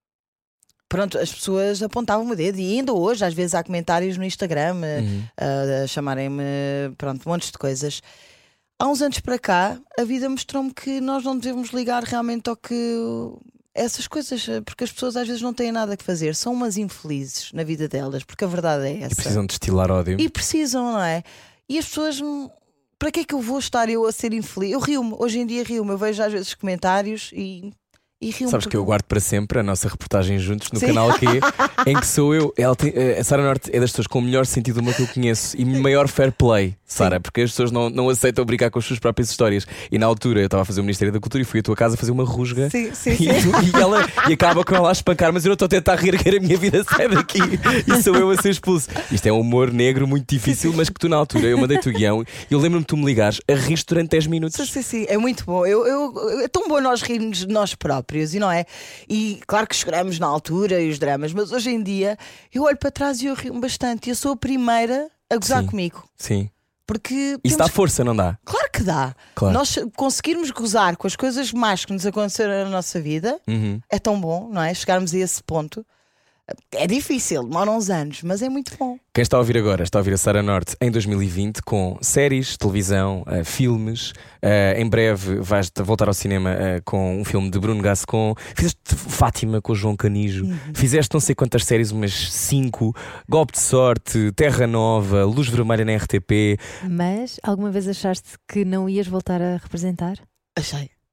Pronto, as pessoas apontavam-me o dedo e ainda hoje às vezes há comentários no Instagram uhum. uh, a chamarem-me, pronto, montes de coisas. Há uns anos para cá a vida mostrou-me que nós não devemos ligar realmente ao que essas coisas, porque as pessoas às vezes não têm nada que fazer, são umas infelizes na vida delas, porque a verdade é essa. E precisam destilar ódio. E precisam, não é? E as pessoas, para que é que eu vou estar eu a ser infeliz? Eu rio-me, hoje em dia rio-me, eu vejo às vezes comentários e sabes que eu guardo para sempre a nossa reportagem juntos no Sim. canal Q, em que sou eu. Ela tem, a Sara Norte é das pessoas com o melhor sentido do humor que eu conheço e maior fair play, Sara, porque as pessoas não, não aceitam brincar com as suas próprias histórias. E na altura eu estava a fazer o Ministério da Cultura e fui à tua casa fazer uma rusga sim, sim, e, sim. e, ela, e acaba com ela a espancar, mas eu não estou a tentar reerguer a minha vida, sai daqui e sou eu a ser expulso. Isto é um humor negro muito difícil, mas que tu na altura eu mandei-te o guião e eu lembro-me de tu me ligares a rir durante dez minutos. Sim, sim, sim. É muito bom. Eu, eu, é tão bom nós rirmos de nós próprios, e não é? E claro que choramos na altura e os dramas, mas hoje em dia eu olho para trás e eu rio bastante. E eu sou a primeira a gozar sim, comigo. Sim. Porque isso dá força, não dá? Claro que dá. Claro. Nós conseguirmos gozar com as coisas más que nos aconteceram na nossa vida uhum. é tão bom, não é? Chegarmos a esse ponto. É difícil, demora uns anos, mas é muito bom. Quem está a ouvir agora está a ouvir a Sara Norte em dois mil e vinte com séries, televisão, uh, filmes. Uh, em breve vais voltar ao cinema uh, com um filme de Bruno Gascon. Fizeste Fátima com o João Canijo. Uhum. Fizeste não sei quantas séries, umas cinco. Golpe de Sorte, Terra Nova, Luz Vermelha na R T P. Mas alguma vez achaste que não ias voltar a representar? Achei.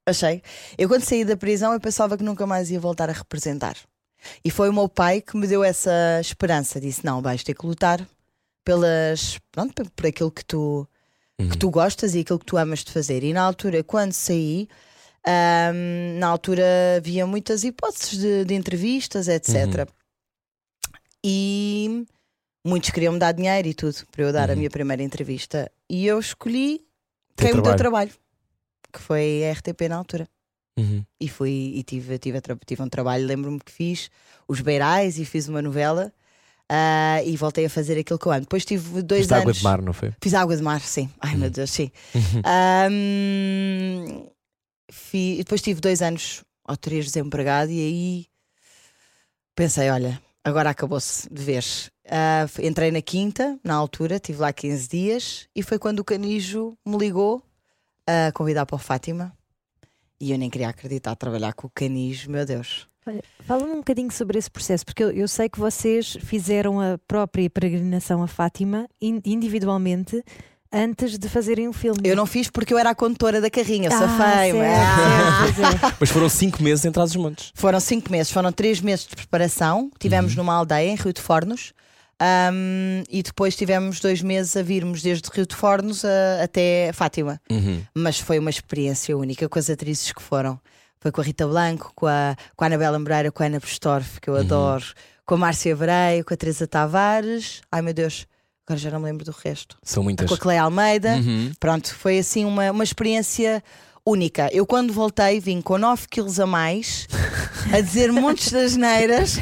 Achei. Eu quando saí da prisão eu pensava que nunca mais ia voltar a representar. E foi o meu pai que me deu essa esperança. Disse, não, vais ter que lutar pelas, pronto, por aquilo que tu, uhum. que tu gostas e aquilo que tu amas de fazer. E na altura, quando saí, um, na altura havia muitas hipóteses de, de entrevistas, etcétera. Uhum. E muitos queriam me dar dinheiro e tudo para eu dar uhum. a minha primeira entrevista. E eu escolhi Teu quem trabalho. me deu trabalho, que foi a R T P na altura. Uhum. E fui e tive, tive, tive um trabalho. Lembro-me que fiz Os Beirais e fiz uma novela uh, e voltei a fazer aquilo que eu amo. Depois tive dois Fiz anos. Água de Mar, não foi? Fiz Água de Mar, sim. Ai uhum. meu Deus, sim. Uhum. Um, fi, depois tive dois anos ou três desempregado e aí pensei: olha, agora acabou-se de vez. Uh, entrei na quinta, na altura, estive lá quinze dias e foi quando o Canijo me ligou a convidar para o Fátima. E eu nem queria acreditar trabalhar com o Canijo, meu Deus. Olha, fala-me um bocadinho sobre esse processo, porque eu, eu sei que vocês fizeram a própria peregrinação a Fátima individualmente antes de fazerem o filme. Eu não fiz porque eu era a condutora da carrinha, eu ah, safei. Ah. Mas foram cinco meses em Trás-os-Montes. Foram cinco meses, foram três meses de preparação. Tivemos uhum. numa aldeia em Rio de Fornos. Um, e depois tivemos dois meses a virmos desde Rio de Fornos a, até Fátima. Uhum. Mas foi uma experiência única com as atrizes que foram. Foi com a Rita Blanco, com a, com a Anabela Moreira, com a Ana Postorff, que eu uhum. adoro, com a Márcia Breio, com a Teresa Tavares. Ai meu Deus, agora já não me lembro do resto. São muitas. Com a Cleia Almeida. Uhum. Pronto, foi assim uma, uma experiência única. Eu quando voltei vim com nove quilos a mais, a dizer montes de asneiras.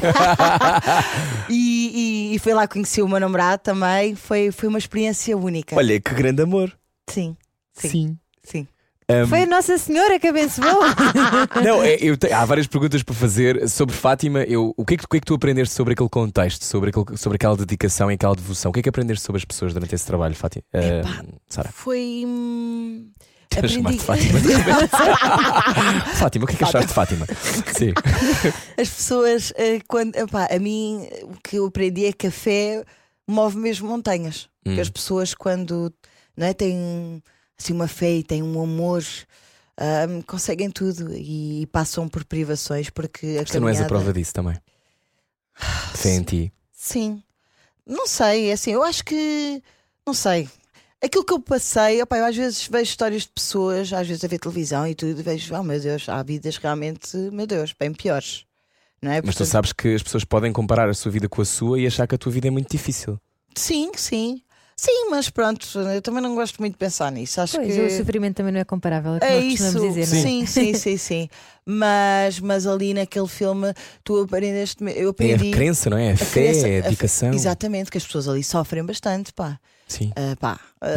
e, e, e foi lá que conheci o meu namorado também. Foi, foi uma experiência única. Olha, que grande amor. Sim. Sim. Sim. Sim. Um... Foi a Nossa Senhora que abençoou. Não, eu te... há várias perguntas para fazer sobre Fátima. Eu, o, que é que, o que é que tu aprendeste sobre aquele contexto, sobre, aquele, sobre aquela dedicação e aquela devoção? O que é que aprendeste sobre as pessoas durante esse trabalho, Fátima? Uh, Sara? Foi. Hum... Aprendi... Fátima, Fátima, o que é que achaste de Fátima? Sim. As pessoas, quando, epá, a mim, o que eu aprendi é que a fé move mesmo montanhas. Hum. Que as pessoas, quando não é, têm assim, uma fé e têm um amor, um, conseguem tudo e, e passam por privações. Porque a tu caminhada... não és a prova disso também? Fé em ti? Sim, não sei, é assim, eu acho que não sei. Aquilo que eu passei, opa, eu às vezes vejo histórias de pessoas, às vezes a ver televisão e tudo, e vejo, oh meu Deus, há vidas realmente, meu Deus, bem piores, não é? Mas Portanto... tu sabes que as pessoas podem comparar a sua vida com a sua e achar que a tua vida é muito difícil. Sim, sim. Sim, mas pronto, eu também não gosto muito de pensar nisso. Acho pois, que o sofrimento também não é comparável, é como é nós isso. costumamos dizer, Sim, não é? sim, sim, sim. Mas, mas ali naquele filme, tu aprendeste. Eu aprendi. É a crença, não é? A, a fé, crença, a dedicação. A, exatamente, que as pessoas ali sofrem bastante, pá. Sim. Uh, pá.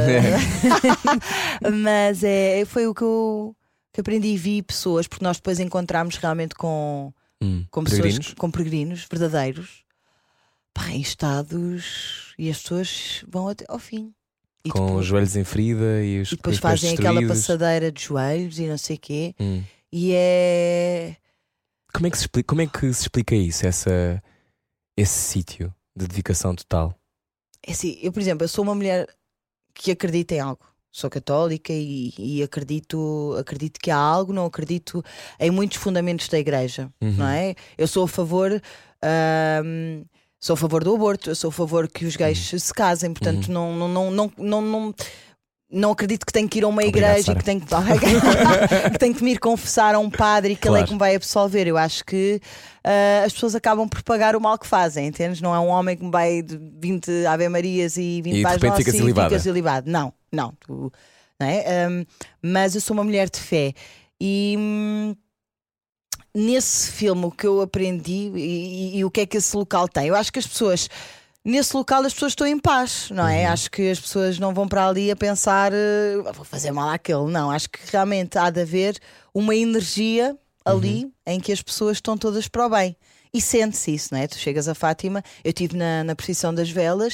Uh, mas é, foi o que eu que aprendi e vi pessoas, porque nós depois encontramos realmente com, hum, com peregrinos? pessoas, com peregrinos verdadeiros, pá, em estados, e as pessoas vão até ao fim. E com depois, os joelhos em ferida e os E depois os fazem aquela passadeira de joelhos e não sei o quê. Hum. E é. Como é que se explica, como é que se explica isso, essa, esse sítio de dedicação total? É assim, eu, por exemplo, eu sou uma mulher que acredita em algo. Sou católica e, e acredito, acredito que há algo, não acredito em muitos fundamentos da igreja, uhum. não é? Eu sou a favor. Hum, Sou a favor do aborto, eu sou a favor que os gays uhum. se casem, portanto uhum. não, não, não, não, não, não, não acredito que tenho que ir a uma Obrigado, igreja Sara. e que tenho que, que tenho que me ir confessar a um padre e que claro. Ele é que me vai absolver. Eu acho que uh, as pessoas acabam por pagar o mal que fazem, entendes? Não é um homem que me vai de vinte Ave Marias e vinte Pais Nossos e ficas ilibado. Não, não. Tu, não é? um, mas eu sou uma mulher de fé e... Hum, nesse filme o que eu aprendi e, e, e o que é que esse local tem, eu acho que as pessoas nesse local as pessoas estão em paz, não é? Uhum. Acho que as pessoas não vão para ali a pensar uh, vou fazer mal àquele, não, acho que realmente há de haver uma energia ali uhum. em que as pessoas estão todas para o bem e sente-se isso, não é? Tu chegas a Fátima, eu estive na, na procissão das velas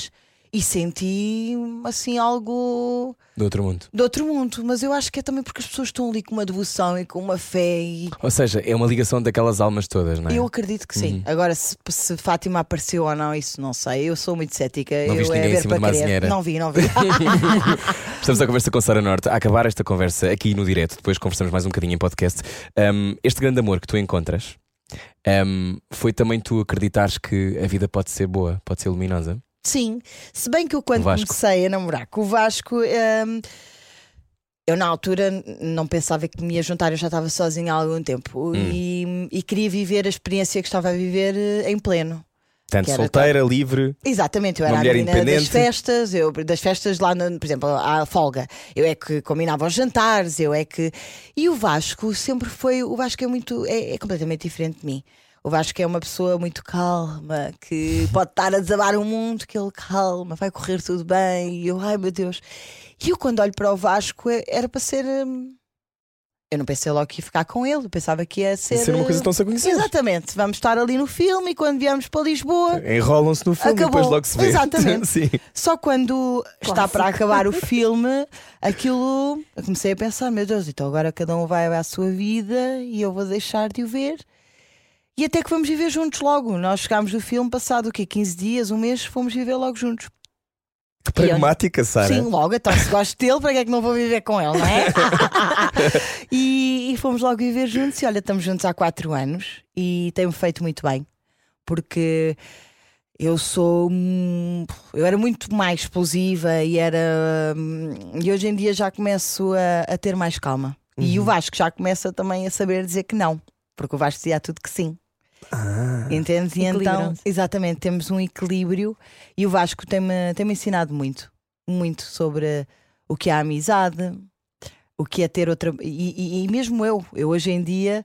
e senti assim algo Do outro mundo. do outro mundo. Mas eu acho que é também porque as pessoas estão ali com uma devoção e com uma fé e... Ou seja, é uma ligação daquelas almas todas, não é? Eu acredito que sim. Uhum. Agora, se, se Fátima apareceu ou não, isso não sei. Eu sou muito cética. Não eu viste é ninguém em ver cima de para uma crer. azinheira? Não vi, não vi. Estamos à conversa com Sara Norte. A acabar esta conversa aqui no direto, depois conversamos mais um bocadinho em podcast. Um, este grande amor que tu encontras, um, foi também tu acreditares que a vida pode ser boa, pode ser luminosa? Sim, se bem que eu quando O Vasco. comecei a namorar com o Vasco, hum, eu na altura não pensava que me ia juntar, eu já estava sozinha há algum tempo e, e queria viver a experiência que estava a viver eh, em pleno. Tanto Que era solteira, livre. Exatamente, eu Uma era a mulher menina das independente. festas, eu, das festas lá, no, por exemplo, à folga, eu é que combinava os jantares, eu é que. E o Vasco sempre foi. O Vasco é muito. é, é completamente diferente de mim. O Vasco é uma pessoa muito calma, que pode estar a desabar o mundo, que ele calma, vai correr tudo bem. E eu, ai meu Deus. E eu, quando olho para o Vasco, é- era para ser. hum, Eu não pensei logo que ia ficar com ele, eu pensava que ia ser. Ser uma coisa eh, tão sem conhecer. Exatamente, vamos estar ali no filme e quando viemos para Lisboa. Enrolam-se no filme Acabou. e depois logo se vê. Exatamente. Sim. Só quando está para acabar o filme, aquilo. Eu comecei a pensar: meu Deus, então agora cada um vai à sua vida e eu vou deixar de o ver. E até que vamos viver juntos logo. Nós chegámos do filme, passado o quê? quinze dias, um mês, fomos viver logo juntos. Que pragmática, Sara. Sim, logo, então se gosto dele, para que é que não vou viver com ele, não é? e, e fomos logo viver juntos. E olha, estamos juntos há quatro anos e tem-me feito muito bem, porque eu sou. hum, Eu era muito mais explosiva e era. hum, E hoje em dia já começo a, a ter mais calma. E o Vasco já começa também a saber dizer que não, porque o Vasco dizia tudo que sim. Ah, Entendes? E então, Equilibram-se. exatamente, temos um equilíbrio e o Vasco tem-me tem-me ensinado muito, muito sobre o que é a amizade, o que é ter outra. E, e- e mesmo eu, eu hoje em dia,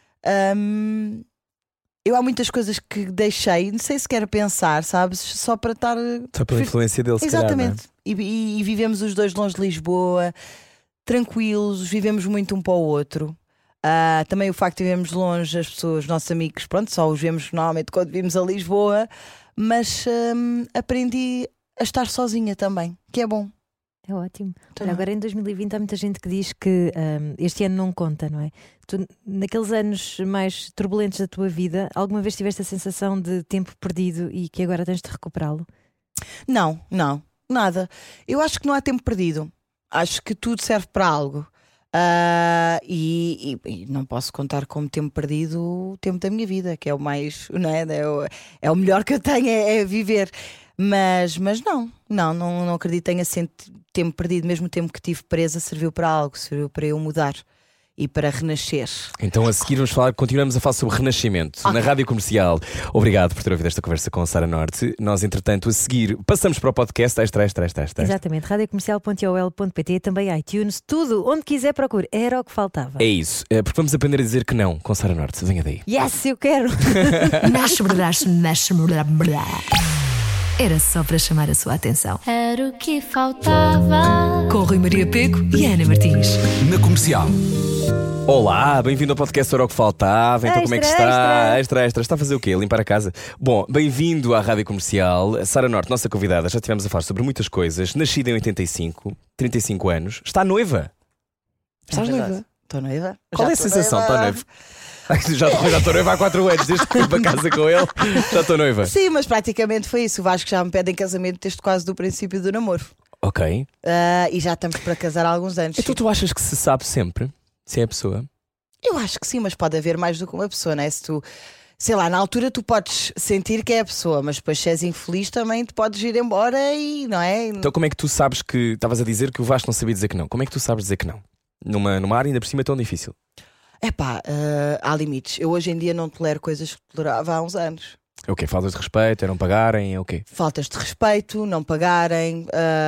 hum, eu há muitas coisas que deixei, sem sequer pensar, sabes? Só para estar. só pela influência dele, se Exatamente. E, e- e vivemos os dois longe de Lisboa, tranquilos, vivemos muito um para o outro. Ah, também o facto de vivermos longe, as pessoas, os nossos amigos, pronto, só os vemos normalmente quando vimos a Lisboa, mas hum, aprendi a estar sozinha também, que é bom. É ótimo. Então, Olha, agora em dois mil e vinte há muita gente que diz que hum, este ano não conta, não é? Tu, naqueles anos mais turbulentos da tua vida, alguma vez tiveste a sensação de tempo perdido e que agora tens de recuperá-lo? Não, não, nada. Eu acho que não há tempo perdido. Acho que tudo serve para algo. Ah, e, e- e não posso contar como tempo perdido o tempo da minha vida, que é o mais, não é? É o, é o melhor que eu tenho, é, é viver. Mas, mas não, não, não, não acredito que tenha sido tempo perdido. Mesmo o tempo que tive presa serviu para algo, serviu para eu mudar e para renascer. Então a seguir vamos falar, continuamos a falar sobre renascimento na Rádio Comercial. Obrigado por ter ouvido esta conversa com a Sara Norte. Nós, entretanto, a seguir passamos para o podcast extra, extra, extra, extra. Exatamente, radiocomercial ponto i o l ponto p t, também iTunes, tudo, onde quiser procure. Era o que faltava. É isso, é porque vamos aprender a dizer que não com Sara Norte. Venha daí. Yes, eu quero! Nasce, nasce, nasce, blá, blá. Era só para chamar a sua atenção. Era o que faltava. Com Rui Maria Peco e Ana Martins. Na Comercial. Olá, bem-vindo ao podcast Era o que Faltava. Então, como é que Extra, está? Extra, extra. Está a fazer o quê? Limpar a casa? Bom, bem-vindo à Rádio Comercial. Sara Norte, nossa convidada, já estivemos a falar sobre muitas coisas. Nascida em oitenta e cinco, trinta e cinco anos. Está noiva? Estás É verdade. noiva? Estou noiva? Qual Já é a estou sensação? Está noiva. noiva? Já já estou noiva há quatro anos, desde que fui para casa com ele. Já estou noiva. Sim, mas praticamente foi isso. O Vasco já me pede em casamento desde quase do princípio do namoro. Ok. Ah, e já estamos para casar há alguns anos. Então tu achas que se sabe sempre se é a pessoa? Eu acho que sim, mas pode haver mais do que uma pessoa, não é? Se tu, sei lá, na altura tu podes sentir que é a pessoa, mas depois se és infeliz também te podes ir embora e não é? Então como é que tu sabes que estavas a dizer que o Vasco não sabia dizer que não? Como é que tu sabes dizer que não? Numa, numa área ainda por cima tão difícil. Epá, ah, há limites. Eu hoje em dia não tolero coisas que tolerava há uns anos. É o quê? Faltas de respeito, é não pagarem, é o quê? Faltas de respeito, não pagarem.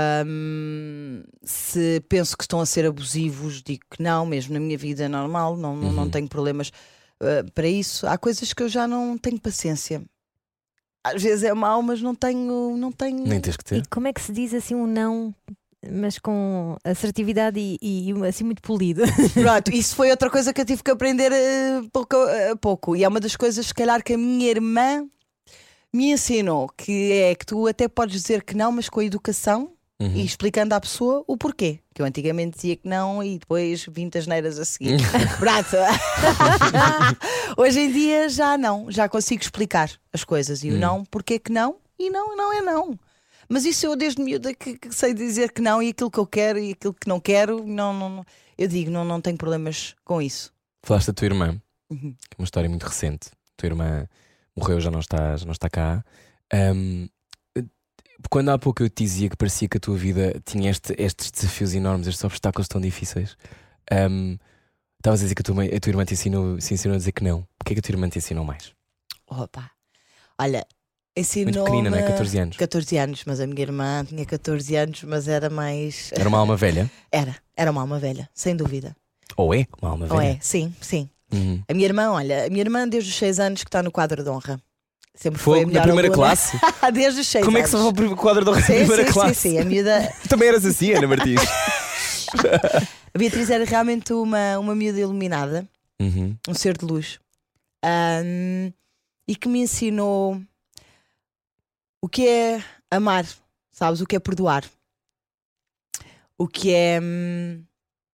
ahm, se penso que estão a ser abusivos, digo que não, mesmo na minha vida normal, não, não, não Uhum. tenho problemas ah, para isso. Há coisas que eu já não tenho paciência. Às vezes é mau, mas não tenho. Não tenho... Nem tens que E ter. como é que se diz assim um não, mas com assertividade e, e- e assim muito polido? Pronto, isso foi outra coisa que eu tive que aprender eh, pouco a pouco. E é uma das coisas, se calhar, que a minha irmã me ensinou que é que tu até podes dizer que não, mas com a educação Uhum. e explicando à pessoa o porquê. Que eu antigamente dizia que não e depois vinte asneiras a seguir. Prato. Hoje em dia já não, já consigo explicar as coisas. E o Hum. não, porquê que não? E não, não é não. Mas isso eu desde miúda que, que sei dizer que não, e aquilo que eu quero e aquilo que não quero, não, não, não. Eu digo, não, não tenho problemas com isso. Falaste da tua irmã, Uhum. que é uma história muito recente. A tua irmã morreu, já não está, já não está cá. Ahm, quando há pouco eu te dizia que parecia que a tua vida tinha este- estes desafios enormes, estes obstáculos tão difíceis, ahm, estavas a dizer que a tua, mãe- a tua irmã te ensinou, se ensinou a dizer que não. O que é que a tua irmã te ensinou mais? Opa. Olha, ensinou. Muito pequenina, não é? catorze anos. catorze anos, mas a minha irmã tinha catorze anos, mas era mais. Era uma alma velha? Era, era uma alma velha, sem dúvida. Ou é uma alma Ou velha? é? Sim, sim. Uhum. A minha irmã, olha, a minha irmã desde os seis anos que está no quadro de honra. Sempre Foi foi a na melhor primeira aluna. classe? Desde os seis Como é que se anos. vai para o quadro da Sim, primeira sim, classe? sim, sim. A miúda. Também eras assim, Ana Martins? A Beatriz era realmente uma, uma miúda iluminada, Uhum. um ser de luz. Ahm, e que me ensinou o que é amar, sabes? O que é perdoar. O que é. hum,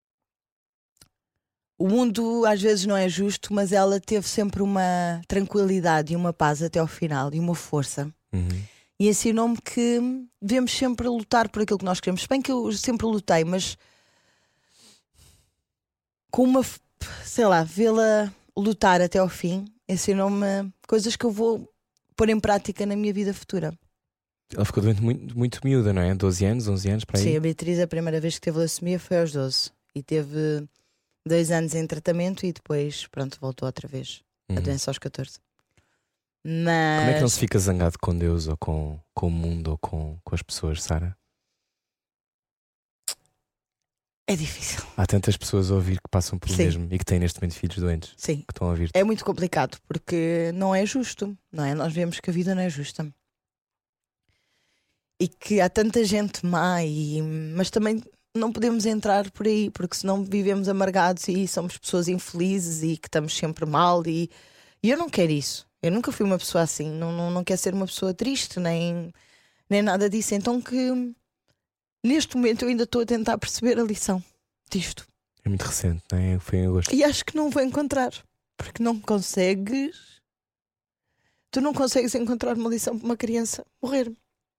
O mundo às vezes não é justo, mas ela teve sempre uma tranquilidade e uma paz até ao final e uma força. Uhum. E ensinou-me que devemos sempre lutar por aquilo que nós queremos. Se bem que eu sempre lutei, mas com uma, f- sei lá, vê-la lutar até ao fim, ensinou-me coisas que eu vou pôr em prática na minha vida futura. Ela ficou doente muito, muito miúda, não é? doze anos, onze anos, para aí? Sim, a Beatriz, a primeira vez que teve leucemia foi aos doze e teve dois anos em tratamento e depois, pronto, voltou outra vez a Uhum. doença aos catorze. Mas Como é que não se fica zangado com Deus ou com, com o mundo ou com, com as pessoas, Sara? é difícil, Há tantas pessoas a ouvir que passam pelo Sim. mesmo e que têm neste momento filhos doentes sim. que estão a ouvir. É muito complicado porque não é justo, não é? Nós vemos que a vida não é justa e que há tanta gente má, e... mas também não podemos entrar por aí porque senão vivemos amargados e somos pessoas infelizes e que estamos sempre mal. E, e eu não quero isso. Eu nunca fui uma pessoa assim. Não, não, não quero ser uma pessoa triste nem, nem nada disso. Então, que neste momento eu ainda estou a tentar perceber a lição disto. É muito recente, não é? Foi em agosto. E acho que não vou encontrar, porque não consegues. Tu não consegues encontrar uma lição para uma criança morrer.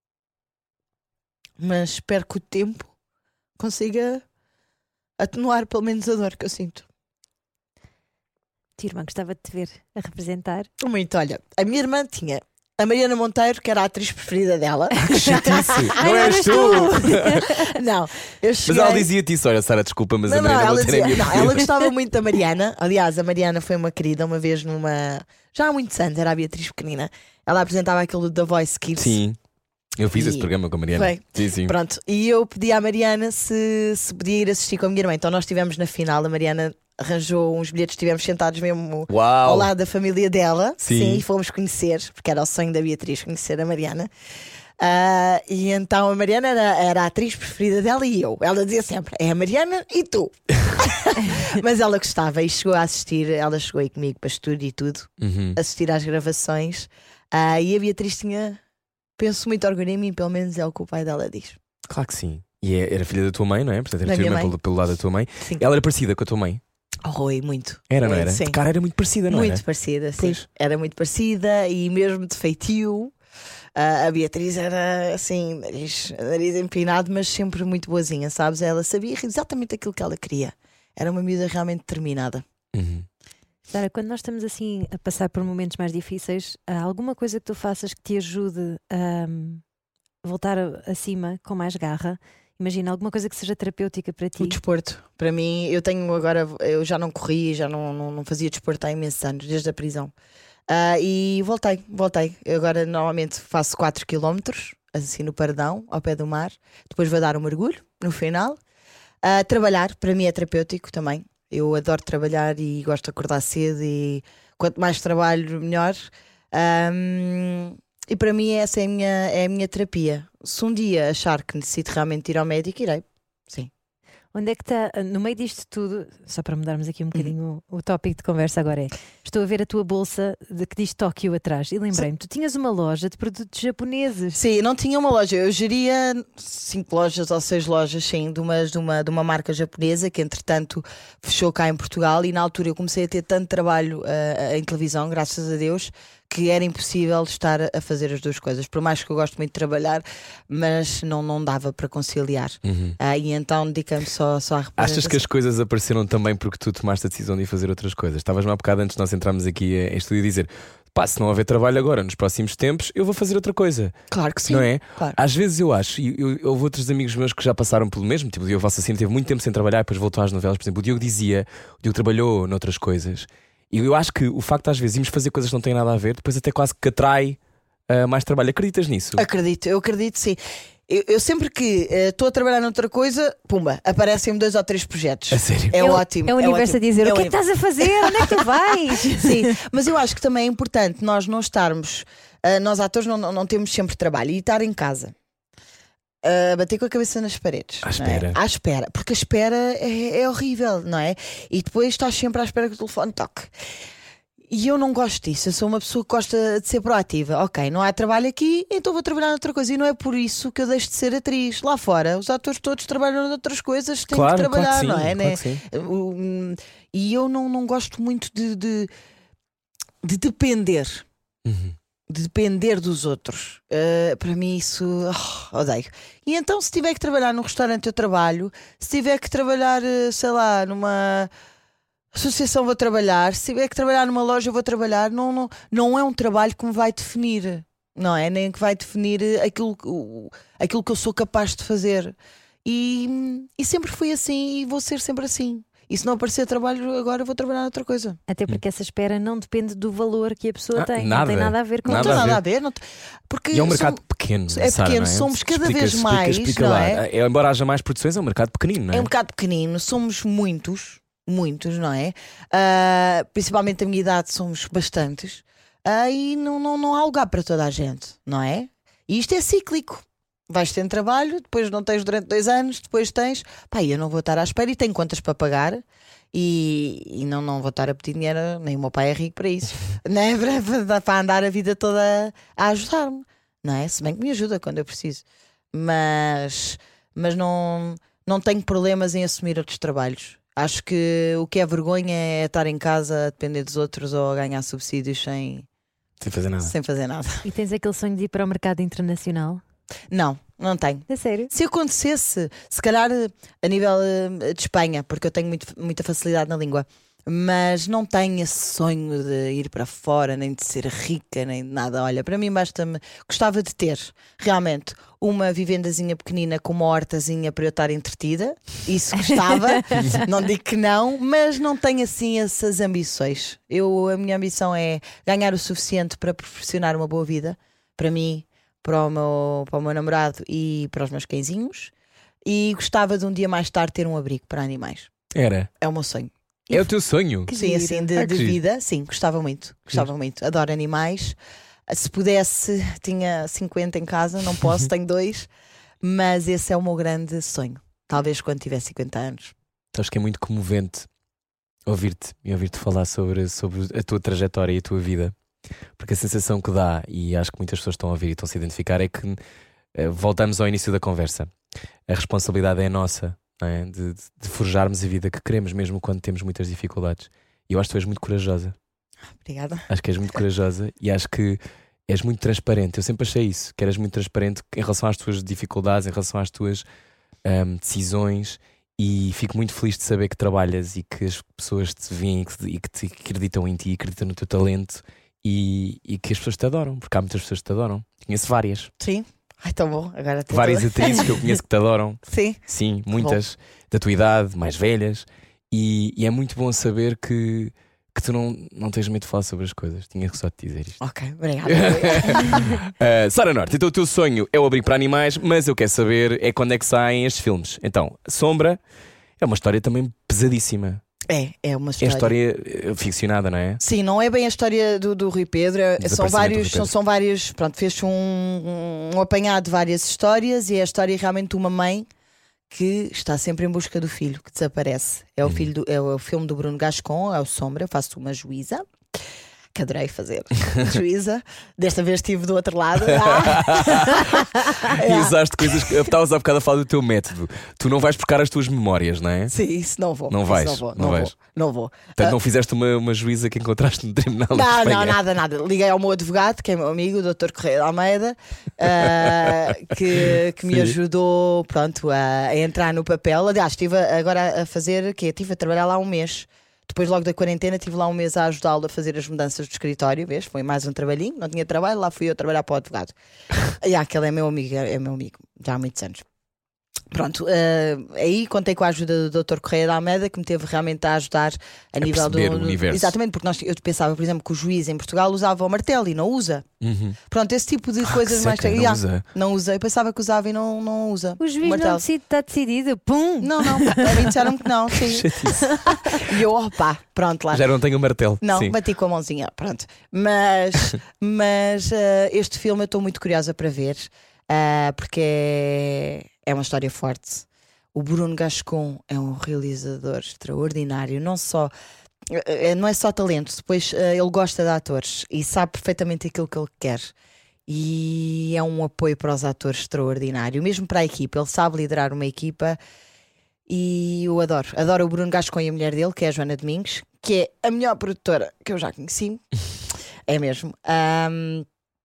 Mas espero que o tempo consiga atenuar pelo menos a dor que eu sinto. Tua irmã gostava de te ver a representar. Muito, olha, a minha irmã tinha a Mariana Monteiro, que era a atriz preferida dela. Que chatice! Não Ai, és eras tu! Não, eu Mas cheguei... ela dizia-te isso, olha, Sara, desculpa, mas Não, a não, Mariana ela, Monteiro é a dizia- minha não, ela preferida. gostava muito da Mariana. Aliás, a Mariana foi uma querida uma vez numa. Já há muitos anos, era a Beatriz pequenina. Ela apresentava aquilo da Voice Kids. Sim, eu fiz E- esse programa com a Mariana. Foi. Sim, sim. Pronto, e eu pedi à Mariana se, se podia ir assistir com a minha irmã. Então nós estivemos na final, a Mariana arranjou uns bilhetes, estivemos sentados mesmo ao Uau! lado da família dela. Sim. e fomos conhecer, porque era o sonho da Beatriz conhecer a Mariana. Ah, e então a Mariana era, era a atriz preferida dela e eu. Ela dizia sempre: é a Mariana e tu. Mas ela gostava e chegou a assistir. Ela chegou aí comigo para estúdio e tudo, Uhum. assistir às gravações. Ah, e a Beatriz tinha, penso, muito orgulho em mim, pelo menos é o que o pai dela diz. Claro que sim. E é- era filha da tua mãe, não é? Portanto, era Da tua minha irmã mãe. pelo, pelo lado da tua mãe. Sim. Ela era parecida com a tua mãe? Oi, muito. Era, não Muito, era? sim. De cara era muito parecida, não Muito era? parecida, sim. Pois. Era muito parecida e mesmo de feitio. Ah, a Beatriz era assim, nariz, nariz empinado, mas sempre muito boazinha, sabes? Ela sabia exatamente aquilo que ela queria. Era uma miúda realmente determinada. Uhum. Sara, quando nós estamos assim a passar por momentos mais difíceis, há alguma coisa que tu faças que te ajude a hum, voltar a- acima com mais garra? Imagina, alguma coisa que seja terapêutica para ti. O desporto, para mim, eu tenho agora, eu já não corri, já não, não, não fazia desporto há imensos anos, desde a prisão. Ah, e voltei, voltei. Eu agora normalmente faço quatro quilómetros, assim no Paredão, ao pé do mar. Depois vou dar um mergulho no final. Ah, trabalhar, para mim é terapêutico também. Eu adoro trabalhar e gosto de acordar cedo e quanto mais trabalho, melhor. Ahm, e para mim essa é a minha, é a minha terapia. Se um dia achar que necessito realmente ir ao médico, irei. Sim. Onde é que está, no meio disto tudo, só para mudarmos aqui um bocadinho o, o tópico de conversa agora é, estou a ver a tua bolsa de, que diz Tóquio atrás e lembrei-me, tu tinhas uma loja de produtos japoneses. Sim, não tinha uma loja, eu geria cinco lojas ou seis lojas, sim, de uma, de uma, de uma marca japonesa que entretanto fechou cá em Portugal e na altura eu comecei a ter tanto trabalho uh, em televisão, graças a Deus, que era impossível estar a fazer as duas coisas, por mais que eu gosto muito de trabalhar, mas não, não dava para conciliar. Uhum. Ah, e então dediquei-me só, só à representação. Achas que as coisas apareceram também porque tu tomaste a decisão de ir fazer outras coisas? Estavas-me há bocado antes de nós entrarmos aqui em estúdio a dizer: pá, se não houver trabalho agora, nos próximos tempos, eu vou fazer outra coisa. Claro que sim. Não é? Claro. Às vezes eu acho, e eu, eu, houve outros amigos meus que já passaram pelo mesmo, tipo o Diogo Valsacino teve muito tempo sem trabalhar, depois voltou às novelas. Por exemplo, o Diogo dizia, o Diogo trabalhou noutras coisas. E eu acho que o facto de às vezes irmos fazer coisas que não têm nada a ver, depois até quase que atrai uh, mais trabalho. Acreditas nisso? Acredito, eu acredito sim. Eu, eu sempre que estou uh, a trabalhar noutra coisa, pumba, aparecem-me dois ou três projetos. A sério? É, É o- ótimo. É o universo ótimo. a dizer, É o que é que uni- estás a fazer? Onde é que tu vais? Sim, mas eu acho que também é importante nós não estarmos, uh, nós atores não, não, não temos sempre trabalho e estar em casa. A bater com a cabeça nas paredes. À não é? espera. À espera, porque a espera é, é horrível, não é? E depois estás sempre à espera que o telefone toque. E eu não gosto disso, eu sou uma pessoa que gosta de ser proativa. Ok, não há trabalho aqui, então vou trabalhar noutra coisa. E não é por isso que eu deixo de ser atriz. Lá fora, os atores todos trabalham noutras coisas, têm Claro, que trabalhar, claro que sim, não é? claro né? que sim. Um, E eu não, não gosto muito de, de, de depender. Uhum. De depender dos outros. Uh, para mim isso oh, odeio. E então se tiver que trabalhar num restaurante eu trabalho. Se tiver que trabalhar, uh, sei lá, numa associação vou trabalhar. Se tiver que trabalhar numa loja eu vou trabalhar. Não, não, não é um trabalho que me vai definir. Não é? Nem que vai definir aquilo, o- aquilo que eu sou capaz de fazer. E, e sempre fui assim e vou ser sempre assim. E se não aparecer trabalho agora eu vou trabalhar noutra coisa. Até porque essa espera não depende do valor que a pessoa Ah, tem. nada. Não tem nada a ver com Não Nada tem a nada ver. a ver. Não te- Porque E é um sou- mercado pequeno. é Sara, pequeno, não é? somos cada Explica- vez explica- mais, explica não lá. é? É, embora haja mais produções, é um mercado pequenino, não é? É um bocado pequenino, somos muitos, muitos, não é? Ah, principalmente a minha idade somos bastantes. Ah, e não, não, não há lugar para toda a gente, não é? E isto é cíclico. Vais tendo trabalho, depois não tens durante dois anos, depois tens. Pá, eu não vou estar à espera e tenho contas para pagar. E, e não, não vou estar a pedir dinheiro, nem o meu pai é rico para isso, não é? Para, para- para andar a vida toda a ajudar-me, não é? Se bem que me ajuda quando eu preciso, mas, mas não, não tenho problemas em assumir outros trabalhos. Acho que o que é vergonha é estar em casa a depender dos outros ou a ganhar subsídios sem, Sem fazer nada. sem fazer nada. E tens aquele sonho de ir para o mercado internacional? Não, não tenho. É sério? Se acontecesse, se calhar eh, a nível eh, de Espanha, porque eu tenho muito- muita facilidade na língua, mas não tenho esse sonho de ir para fora, nem de ser rica, nem de nada. Olha, para mim basta-me. Gostava de ter realmente uma vivendazinha pequenina com uma hortazinha para eu estar entretida. Isso gostava, não digo que não, mas não tenho assim essas ambições. Eu, a minha ambição é ganhar o suficiente para proporcionar uma boa vida para mim, para o meu, para o meu namorado e para os meus cãezinhos. E gostava de um dia mais tarde ter um abrigo para animais. Era. É o meu sonho. É o teu sonho. Que Sim, giro. assim, de, Ah, que de giro. vida, sim, gostava muito. Gostava muito. Adoro animais. Se pudesse, tinha cinquenta em casa, não posso, tenho dois. Mas esse é o meu grande sonho. Talvez quando tiver cinquenta anos. Sabes que é muito comovente ouvir-te e ouvir-te falar sobre, sobre a tua trajetória e a tua vida. Porque a sensação que dá, e acho que muitas pessoas estão a ouvir e estão a se identificar, é que eh, voltamos ao início da conversa. A responsabilidade é nossa, não é? de, de, de forjarmos a vida que queremos, mesmo quando temos muitas dificuldades. E eu acho que tu és muito corajosa. Obrigada. Acho que és muito corajosa e acho que és muito transparente. Eu sempre achei isso, que eras muito transparente em relação às tuas dificuldades, em relação às tuas ahm, decisões. E fico muito feliz de saber que trabalhas e que as pessoas te veem e que, e que te acreditam em ti, acreditam no teu talento e, e que as pessoas te adoram, porque há muitas pessoas que te adoram. Conheço várias, Sim. Ai, tão bom. Agora estou várias toda- atrizes que eu conheço que te adoram. Sim. Sim, muitas da tua idade, mais velhas. E, e é muito bom saber que, que tu não, não tens medo de falar sobre as coisas. Tinha que só te dizer isto. Ok, obrigada. Uh, Sara Norte, então o teu sonho é o abrigo para animais, mas eu quero saber é quando é que saem estes filmes. Então, Sombra é uma história também pesadíssima. É, é uma É história. história eh, ficcionada, não é? Sim, não é bem a história do, do Rui Pedro, é- são Desaparecimento do vários, Rui são, Pedro. são vários, pronto, fez um, um, um apanhado de várias histórias e é a história realmente de uma mãe que está sempre em busca do filho que desaparece. É o, Uhum. filho do- é o filme do Bruno Gascon, é o Sombra. Eu faço uma juíza, que adorei fazer. Juíza. Desta vez estive do outro lado. Ah. E usaste coisas que estavas há bocado a falar do teu método. Tu não vais buscar as tuas memórias, não é? Sim, isso não vou. Não Isso vais, Não vou. não Não, vais. vou. Não vou. Portanto, não fizeste uma, uma juíza que encontraste no Tribunal de Não, Espanha. não, nada, nada. Liguei ao meu advogado, que é meu amigo, o doutor Correia de Almeida, ah, que, que me Sim. ajudou, pronto, a, a entrar no papel. Aliás, estive agora a fazer, que estive a trabalhar lá um mês. Depois, logo da quarentena, estive lá um mês a ajudá-lo a fazer as mudanças do escritório. Vês? Foi mais um trabalhinho, não tinha trabalho, lá fui eu trabalhar para o advogado. E ah, aquele é meu amigo, é meu amigo, já há muitos anos. Pronto, ah, aí contei com a ajuda do doutor Correia de Almeida, que me teve realmente a ajudar a, A nível do, perceber o do- universo. Exatamente, porque nós, eu pensava, por exemplo, que o juiz em Portugal usava o martelo e não usa. Uhum. Pronto, esse tipo de Ah, coisas que mais. seca, não Yeah, usa. não usa. Eu pensava que usava e não, não usa. O juiz martelo. não decide, está decidido. Pum! Não, não, a mim disseram que não, sim. Chatice. E eu, opa, pronto, lá. Já não tenho o martelo. Não, Sim. bati com a mãozinha, pronto. Mas, mas eh, este filme eu estou muito curiosa para ver, ah, porque é, é uma história forte. O Bruno Gascon é um realizador extraordinário, não só. eh, Não é só talento, depois eh, ele gosta de atores e sabe perfeitamente aquilo que ele quer. E é um apoio para os atores extraordinário, mesmo para a equipa. Ele sabe liderar uma equipa e eu adoro. Adoro o Bruno Gascon e a mulher dele, que é a Joana Domingos, que é a melhor produtora que eu já conheci. É mesmo. Ahm,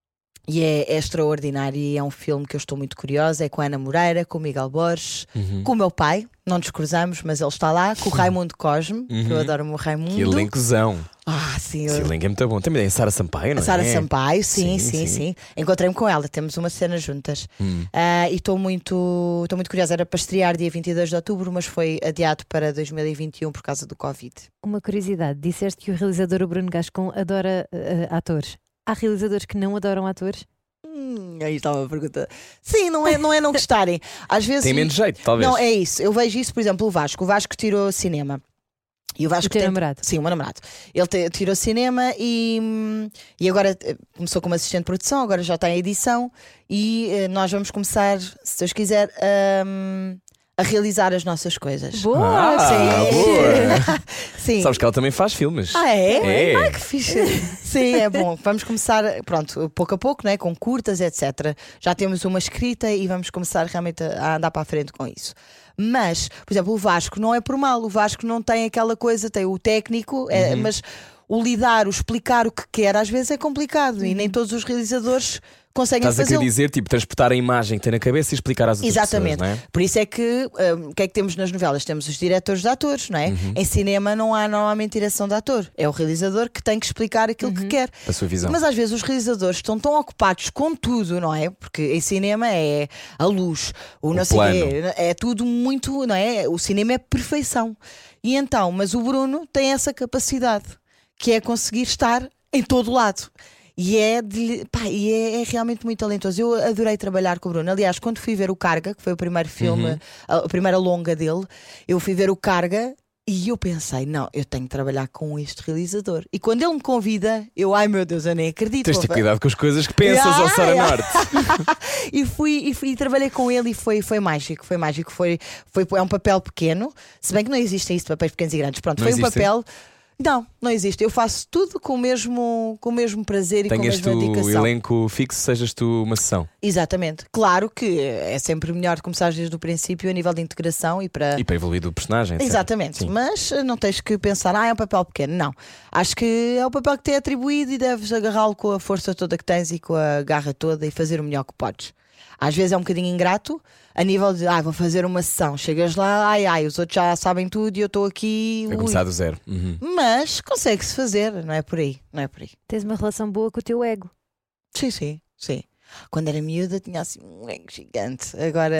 e é, é extraordinário e é um filme que eu estou muito curiosa. É com a Ana Moreira, com o Miguel Borges, Uhum. com o meu pai. Não nos cruzamos, mas ele está lá. Com o Raimundo Cosme, que eu Uhum. adoro o meu Raimundo. Que elencozão. Ah, sim. Esse eu- elenco é muito bom. Também tem Sara Sampaio, não A é? Sara Sampaio, sim, Sim, sim, sim. sim. Encontrei-me com ela, temos uma cena juntas. Hum. Ah, e estou muito, estou muito curiosa. Era para estrear dia vinte e dois de outubro, mas foi adiado para dois mil e vinte e um por causa do Covid. Uma curiosidade: disseste que o realizador, o Bruno Gascon, adora eh, atores. Há realizadores que não adoram atores? Hum, aí está uma pergunta. Sim, não é não, é não gostarem. Às vezes. Tem menos jeito, talvez. Não, é isso. Eu vejo isso, por exemplo, o Vasco. O Vasco tirou cinema. E o Vasco O teu tem- namorado? Sim, o meu namorado. Ele te- tirou cinema e, hum, e agora eh, começou como assistente de produção, agora já está em edição e eh, nós vamos começar, se Deus quiser, hum, a realizar as nossas coisas. Boa! Ah, Sim. boa. Sim. Sabes que ela também faz filmes. Ah, é? É. Ai, que fixe. Sim, é bom. Vamos começar, pronto, pouco a pouco, né, com curtas, etcétera. Já temos uma escrita e vamos começar realmente a a andar para a frente com isso. Mas, por exemplo, o Vasco não é por mal. O Vasco não tem aquela coisa, tem o técnico, é, Uhum. mas o lidar, o explicar o que quer, às vezes é complicado e nem todos os realizadores conseguem Estás a querer fazê-lo. dizer, tipo, transportar a imagem que tem na cabeça e explicar às outras Exatamente. pessoas, não é? Por isso é que hum, o que é que temos nas novelas? Temos os diretores de atores, não é? Uhum. Em cinema não há normalmente direção de ator. É o realizador que tem que explicar aquilo que quer. A sua visão. Mas às vezes os realizadores estão tão ocupados com tudo, não é? Porque em cinema é a luz, o não sei plano. quê, é tudo muito, não é? O cinema é perfeição. E então, mas o Bruno tem essa capacidade, que é conseguir estar em todo lado. E, é, de, pá, e é, é realmente muito talentoso. Eu adorei trabalhar com o Bruno. Aliás, quando fui ver o Carga, que foi o primeiro filme, Uhum. a, a primeira longa dele, eu fui ver o Carga e eu pensei, não, eu tenho que trabalhar com este realizador. E quando ele me convida, eu, ai meu Deus, eu nem acredito. Tens de ter Vou- cuidado com as coisas que pensas, Yeah, ó Sara yeah. Norte. e fui e, fui, e trabalhei com ele e foi, foi mágico, foi mágico, foi, foi, é um papel pequeno, se bem que não existem isso de papéis pequenos e grandes. Pronto, Não foi um existem? papel. Não, não existe. Eu faço tudo com o mesmo, com o mesmo prazer e com a Tenhas mesma tu dedicação. elenco fixo, sejas tu uma sessão. Exatamente. Claro que é sempre melhor começar desde o princípio a nível de integração e para. E para evoluir do personagem. etcétera. Exatamente, Sim. mas eh, não tens que pensar, ah, é um papel pequeno. Não. Acho que é o papel que te é atribuído e deves agarrá-lo com a força toda que tens e com a garra toda e fazer o melhor que podes. Às vezes é um bocadinho ingrato, a nível de, ah, vou fazer uma sessão. Chegas lá, ai, ai, os outros já sabem tudo e eu estou aqui. A ui. começar do zero. Uhum. Mas consegue-se fazer, não é por aí, não é por aí. Tens uma relação boa com o teu ego. Sim, sim, sim. Quando era miúda tinha assim um ego gigante. Agora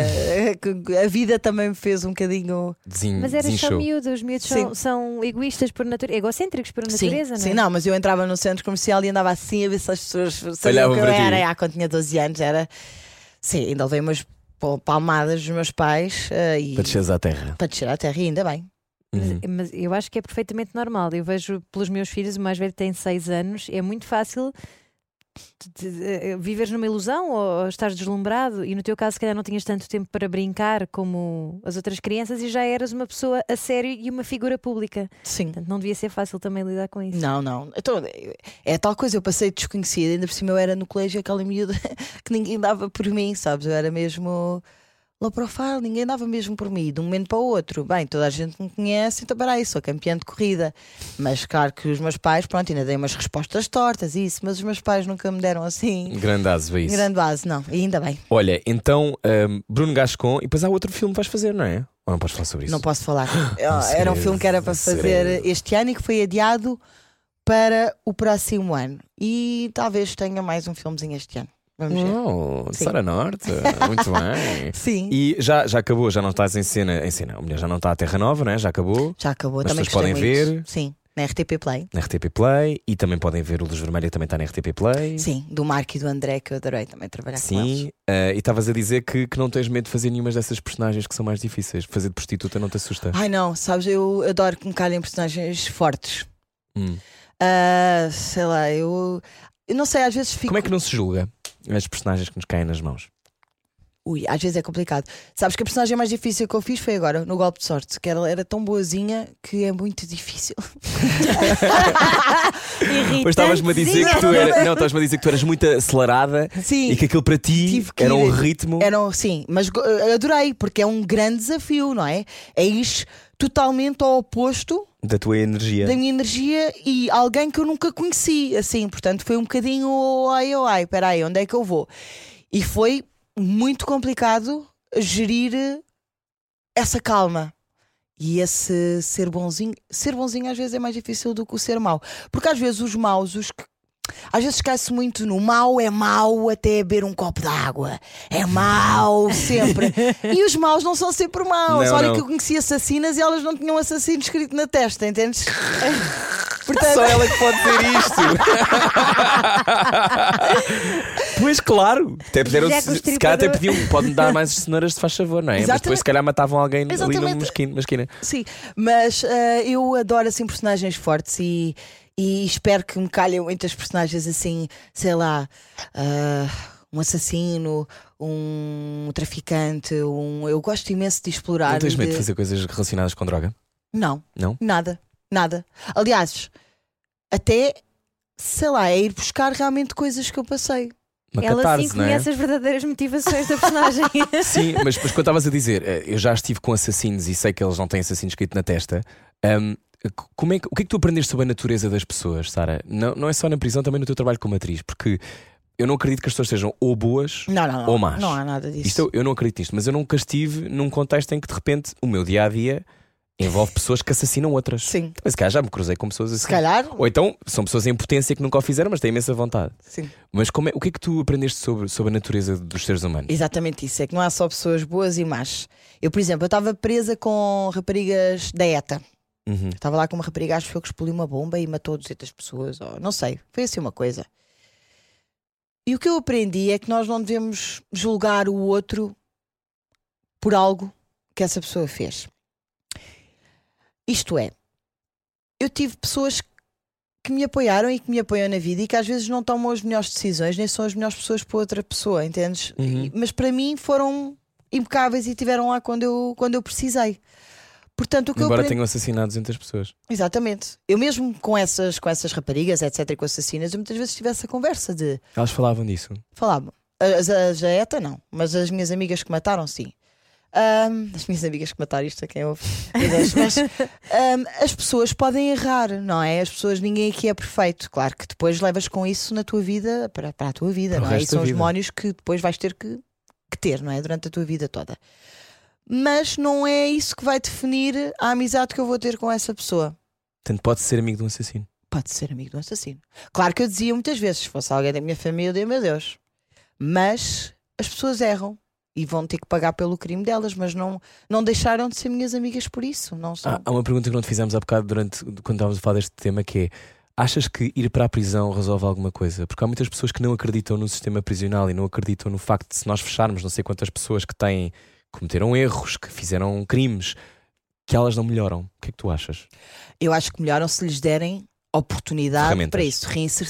a vida também me fez um bocadinho. Desin... Mas eras só desinchou. miúdo, os miúdos são, Sim. são egoístas por natureza, egocêntricos por natureza, sim, não é? sim, não, mas eu entrava no centro comercial e andava assim a ver se as pessoas sabiam Olhavam que eu para ti. era. Ah, quando tinha doze anos era. Sim, ainda levei umas pal- palmadas dos meus pais eh, e Para desceres à terra. para descer à terra, e ainda bem. Uhum. Mas, mas eu acho que é perfeitamente normal. Eu vejo pelos meus filhos, o mais velho tem seis anos, é muito fácil de, de, viveres numa ilusão ou estás deslumbrado e no teu caso se calhar não tinhas tanto tempo para brincar como as outras crianças e já eras uma pessoa a sério e uma figura pública. Sim. Portanto, não devia ser fácil também lidar com isso. Não, não. Então, é tal coisa, eu passei desconhecida, ainda por cima eu era no colégio aquela miúda que ninguém dava por mim, sabes? Eu era mesmo low profile, ninguém dava mesmo por mim. De um momento para o outro, bem, toda a gente me conhece, então peraí, sou campeã de corrida. Mas claro que os meus pais, pronto, ainda dei umas respostas tortas e isso, mas os meus pais nunca me deram assim grande base para isso. grande base, não, e ainda bem. Olha, então um, Bruno Gascon, e depois há outro filme que vais fazer, não é? Ou não podes falar sobre isso? Não posso falar. Um Era um segredo, filme que era para um fazer segredo. este ano e que foi adiado para o próximo ano. E talvez tenha mais um filmezinho este ano. Vamos ver. Oh, Sim. Sara Norte, muito bem. Sim. E já, já acabou, já não estás em cena, em cena, ou melhor, já não está a Terra Nova, né? Já acabou. Já acabou, As também pessoas gostei podem muito. ver. Sim, na R T P Play. Na R T P Play e também podem ver o Luz Vermelha, também está na R T P Play. Sim, do Marco e do André, que eu adorei também trabalhar com eles. Sim, uh, e estavas a dizer que, que não tens medo de fazer nenhuma dessas personagens que são mais difíceis. Fazer de prostituta não te assusta. Ai não, sabes, eu adoro que me calhem personagens fortes. Hum. Ah, sei lá, eu, eu não sei, às vezes fico. Como é que não se julga as personagens que nos caem nas mãos? Ui, às vezes é complicado. Sabes que a personagem mais difícil que eu fiz foi agora, no Golpe de Sorte, que ela era tão boazinha que é muito difícil. Pois estavas-me a dizer que tu eras, não, estavas-me a dizer que tu eras muito acelerada Sim. e que aquilo para ti Tive que era um ir- ritmo. Eram, sim, mas go- adorei, porque é um grande desafio, não é? É ir totalmente ao oposto Da tua energia. da minha energia e alguém que eu nunca conheci, assim, portanto foi um bocadinho oh, ai, oh, ai, peraí, onde é que eu vou? E foi muito complicado gerir essa calma e esse ser bonzinho. Ser bonzinho às vezes é mais difícil do que o ser mau, porque às vezes os maus, os que às vezes cai-se muito no mau é mau até beber um copo de água. É mau sempre. E os maus não são sempre maus. Não, Olha não. que eu conheci assassinas e elas não tinham assassino escrito na testa, entendes? Portanto, Só ela que pode dizer isto. Pois claro. Até puderam, Já que o se, se calhar até estripador- pediam, pode-me dar mais cenouras de faz favor, não é? Mas Exatamente. depois se calhar matavam alguém ali Exatamente. numa esquina. numa esquina. sim, mas ah, eu adoro assim personagens fortes e, e espero que me calhem muitas personagens assim, sei lá, ah, um assassino, um traficante, um. Eu gosto imenso de explorar. Não tens medo de de- fazer coisas relacionadas com droga? Não, Não? nada, nada. Aliás, até sei lá, é ir buscar realmente coisas que eu passei. Uma Ela catarse, sim não é? conhece as verdadeiras motivações da personagem. Sim, mas, mas quando estavas a dizer, eh, eu já estive com assassinos e sei que eles não têm assassino escrito na testa. hum, como é que, o que é que tu aprendeste sobre a natureza das pessoas, Sara? Não, não é só na prisão, também no teu trabalho como atriz, porque eu não acredito que as pessoas sejam ou boas Não, não, não. ou más. Não há nada disso. Isto eu, eu não acredito nisto, mas eu nunca estive num contexto em que de repente o meu dia a dia envolve pessoas que assassinam outras. Sim. Mas se calhar já me cruzei com pessoas assim. Se calhar. Ou então são pessoas em potência que nunca o fizeram, mas têm imensa vontade. Sim. Mas como é, o que é que tu aprendeste sobre, sobre a natureza dos seres humanos? Exatamente isso, é que não há só pessoas boas e más. Eu, por exemplo, eu estava presa com raparigas da ETA. Uhum. Estava lá com uma rapariga, acho que foi que explodiu uma bomba e matou duzentas pessoas, ou não sei, foi assim uma coisa. E o que eu aprendi é que nós não devemos julgar o outro por algo que essa pessoa fez. Isto é, eu tive pessoas que me apoiaram e que me apoiam na vida e que às vezes não tomam as melhores decisões, nem são as melhores pessoas para outra pessoa, entendes? Uhum. E- Mas para mim foram impecáveis e estiveram lá quando eu, quando eu precisei. Portanto, o que eu Embora aprendi... tenham assassinado duzentas pessoas. Exatamente. Eu mesmo com essas, com essas raparigas, etc, e com assassinas, eu muitas vezes tive essa conversa de... Elas falavam disso. Falavam. As, as a ETA não, mas as minhas amigas que mataram, sim. Ahm, as minhas amigas que mataram, isto a quem ouve. Meu Deus, mas ahm, as pessoas podem errar, não é? As pessoas, ninguém aqui é perfeito. Claro que depois levas com isso na tua vida, para, para a tua vida, Para o não é? E resto são da os vida. demónios que depois vais ter que, que ter, não é? Durante a tua vida toda. Mas não é isso que vai definir a amizade que eu vou ter com essa pessoa. Portanto, pode ser amigo de um assassino. Pode ser amigo do assassino. Claro que eu dizia muitas vezes, se fosse alguém da minha família, eu dizia, meu Deus. Mas as pessoas erram e vão ter que pagar pelo crime delas, mas não, não deixaram de ser minhas amigas por isso. Não são. Há, há uma pergunta que não te fizemos há bocado durante, quando estávamos a falar deste tema, que é: achas que ir para a prisão resolve alguma coisa? Porque há muitas pessoas que não acreditam no sistema prisional e não acreditam no facto de, se nós fecharmos não sei quantas pessoas que têm, cometeram erros, que fizeram crimes, que elas não melhoram. O que é que tu achas? Eu acho que melhoram se lhes derem oportunidade Ferramentas. para isso, reinserção.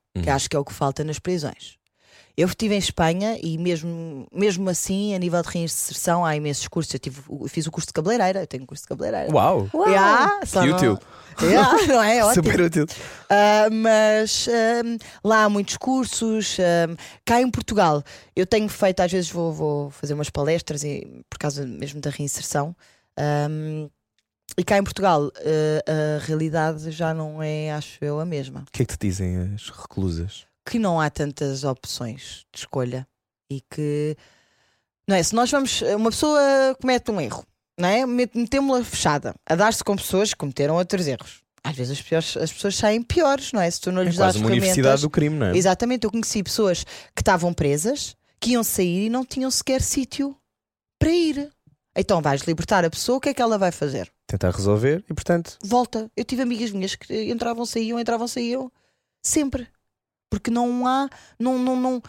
que Uhum. acho que é o que falta nas prisões. Eu estive em Espanha e mesmo, mesmo assim, a nível de reinserção, há imensos cursos. Eu, tive, eu fiz o curso de cabeleireira, eu tenho um curso de cabeleireira. Uau! Uau! Yeah, só Que não- útil. Yeah, não é? Ótimo. Super útil. Ah, mas ahm, lá há muitos cursos. ahm, cá em Portugal, eu tenho feito, às vezes vou, vou fazer umas palestras e, por causa mesmo da reinserção. ahm, e cá em Portugal, ah, a realidade já não é, acho eu, a mesma. O que é que te dizem as reclusas? Que não há tantas opções de escolha e que, não é? Se nós vamos, uma pessoa comete um erro, não é? Met- Metemos-la fechada a dar-se com pessoas que cometeram outros erros. Às vezes as, piores- as pessoas saem piores, não é? Se tu não É lhes dás quase uma ferramentas. universidade do crime, não é? Exatamente, eu conheci pessoas que estavam presas, que iam sair e não tinham sequer sítio para ir. Então vais libertar a pessoa, o que é que ela vai fazer? Tentar resolver e, portanto, Volta. Eu tive amigas minhas que entravam, saíam, entravam, saíam, sempre. Porque não há, não, não, não,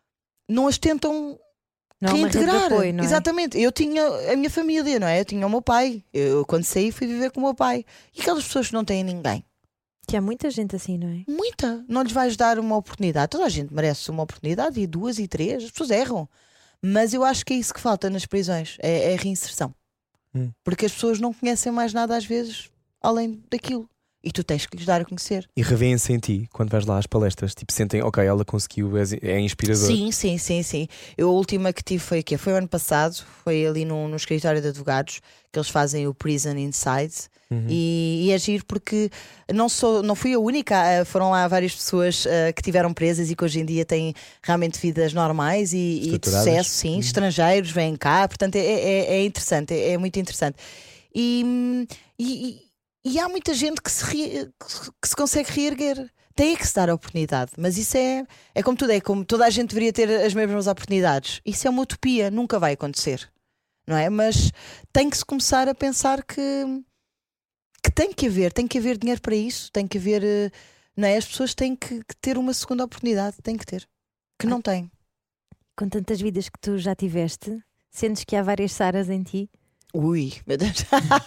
não as tentam Não há uma rede de reintegrar. apoio, não é? Exatamente. Eu tinha a minha família, não é? Eu tinha o meu pai. Eu, quando saí, fui viver com o meu pai. E aquelas pessoas que não têm ninguém, Que há muita gente assim, não é? muita, não lhes vais dar uma oportunidade. Toda a gente merece uma oportunidade, e duas e três, as pessoas erram. Mas eu acho que é isso que falta nas prisões: é, é a reinserção. Hum. Porque as pessoas não conhecem mais nada, às vezes, além daquilo. E tu tens que lhes dar a conhecer. e revêem-se em ti quando vais lá às palestras. Tipo, sentem, ok, ela conseguiu, é, é inspirador. Sim, sim, sim, sim. Eu, a última que tive foi o quê? Foi o ano passado, foi ali no, no escritório de advogados, que eles fazem o Prison Inside. Uhum. E, e agir porque não, sou, não fui a única, ah, foram lá várias pessoas ah, que tiveram presas e que hoje em dia têm realmente vidas normais e, e de Estruturadas. sucesso, sim, estrangeiros vêm cá, portanto é, é, é interessante, é, é muito interessante. E, hum, e, e- e há muita gente que se, re- que se consegue reerguer. Tem que se dar a oportunidade, mas isso é, é como tudo, é como toda a gente deveria ter as mesmas oportunidades. Isso é uma utopia, nunca vai acontecer, não é? Mas tem que se começar a pensar que que tem que haver, tem que haver dinheiro para isso, tem que haver, eh, não é? As pessoas têm que, que ter uma segunda oportunidade, têm que ter, que não têm. Com tantas vidas que tu já tiveste, sentes que há várias Saras em ti? Ui, meu Deus.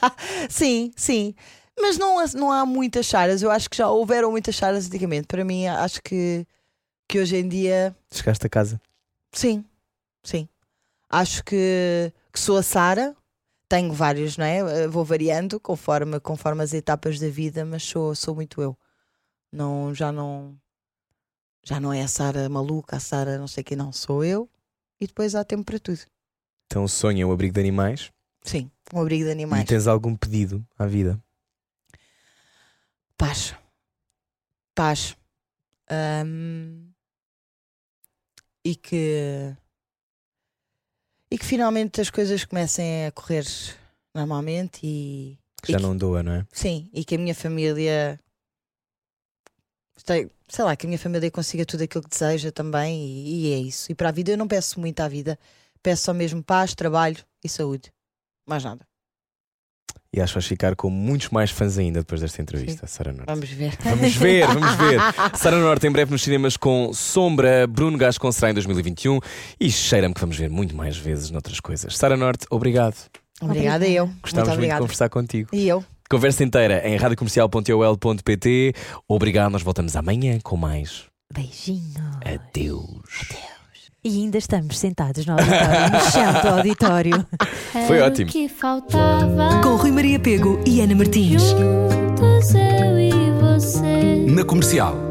Sim, sim. Mas não, há- não há muitas charas, eu acho que já houveram muitas charas antigamente. Para mim, acho que, que hoje em dia, Chegaste a casa. sim, sim. Acho que, que sou a Sara. Tenho vários, não é? Eh, Vou variando conforme, conforme as etapas da vida, mas sou, sou muito eu. Não, já não já não é a Sara maluca, a Sara não sei o que, não. Sou eu e depois há tempo para tudo. Então, sonho é o abrigo de animais. Sim, um abrigo de E animais. tens algum pedido à vida? Paz. Paz. Ahm, E que. E que finalmente as coisas comecem a correr normalmente e. Que já e que- não doa, não é? Sim, e que a minha família. Sei, sei lá, que a minha família consiga tudo aquilo que deseja também, e, e é isso. E para a vida eu não peço muito à vida, peço só mesmo paz, trabalho e saúde. Mais nada. E acho que vais ficar com muitos mais fãs ainda depois desta entrevista, Sara Norte. Vamos ver. Vamos ver, vamos ver. Sara Norte em breve nos cinemas com Sombra, Bruno Gascon será em dois mil e vinte e um e cheira-me que vamos ver muito mais vezes noutras coisas. Sara Norte, obrigado. Obrigada, eu. Gostávamos muito muito de obrigada. conversar contigo. E eu. Conversa inteira em rádio comercial ponto o l ponto p t. Obrigado, nós voltamos amanhã com mais. Beijinhos. Adeus. E ainda estamos sentados no auditório, no chão do auditório. Foi Era ótimo. o que faltava. Com Rui Maria Pego e Ana Martins. Juntos eu e você. Na Comercial.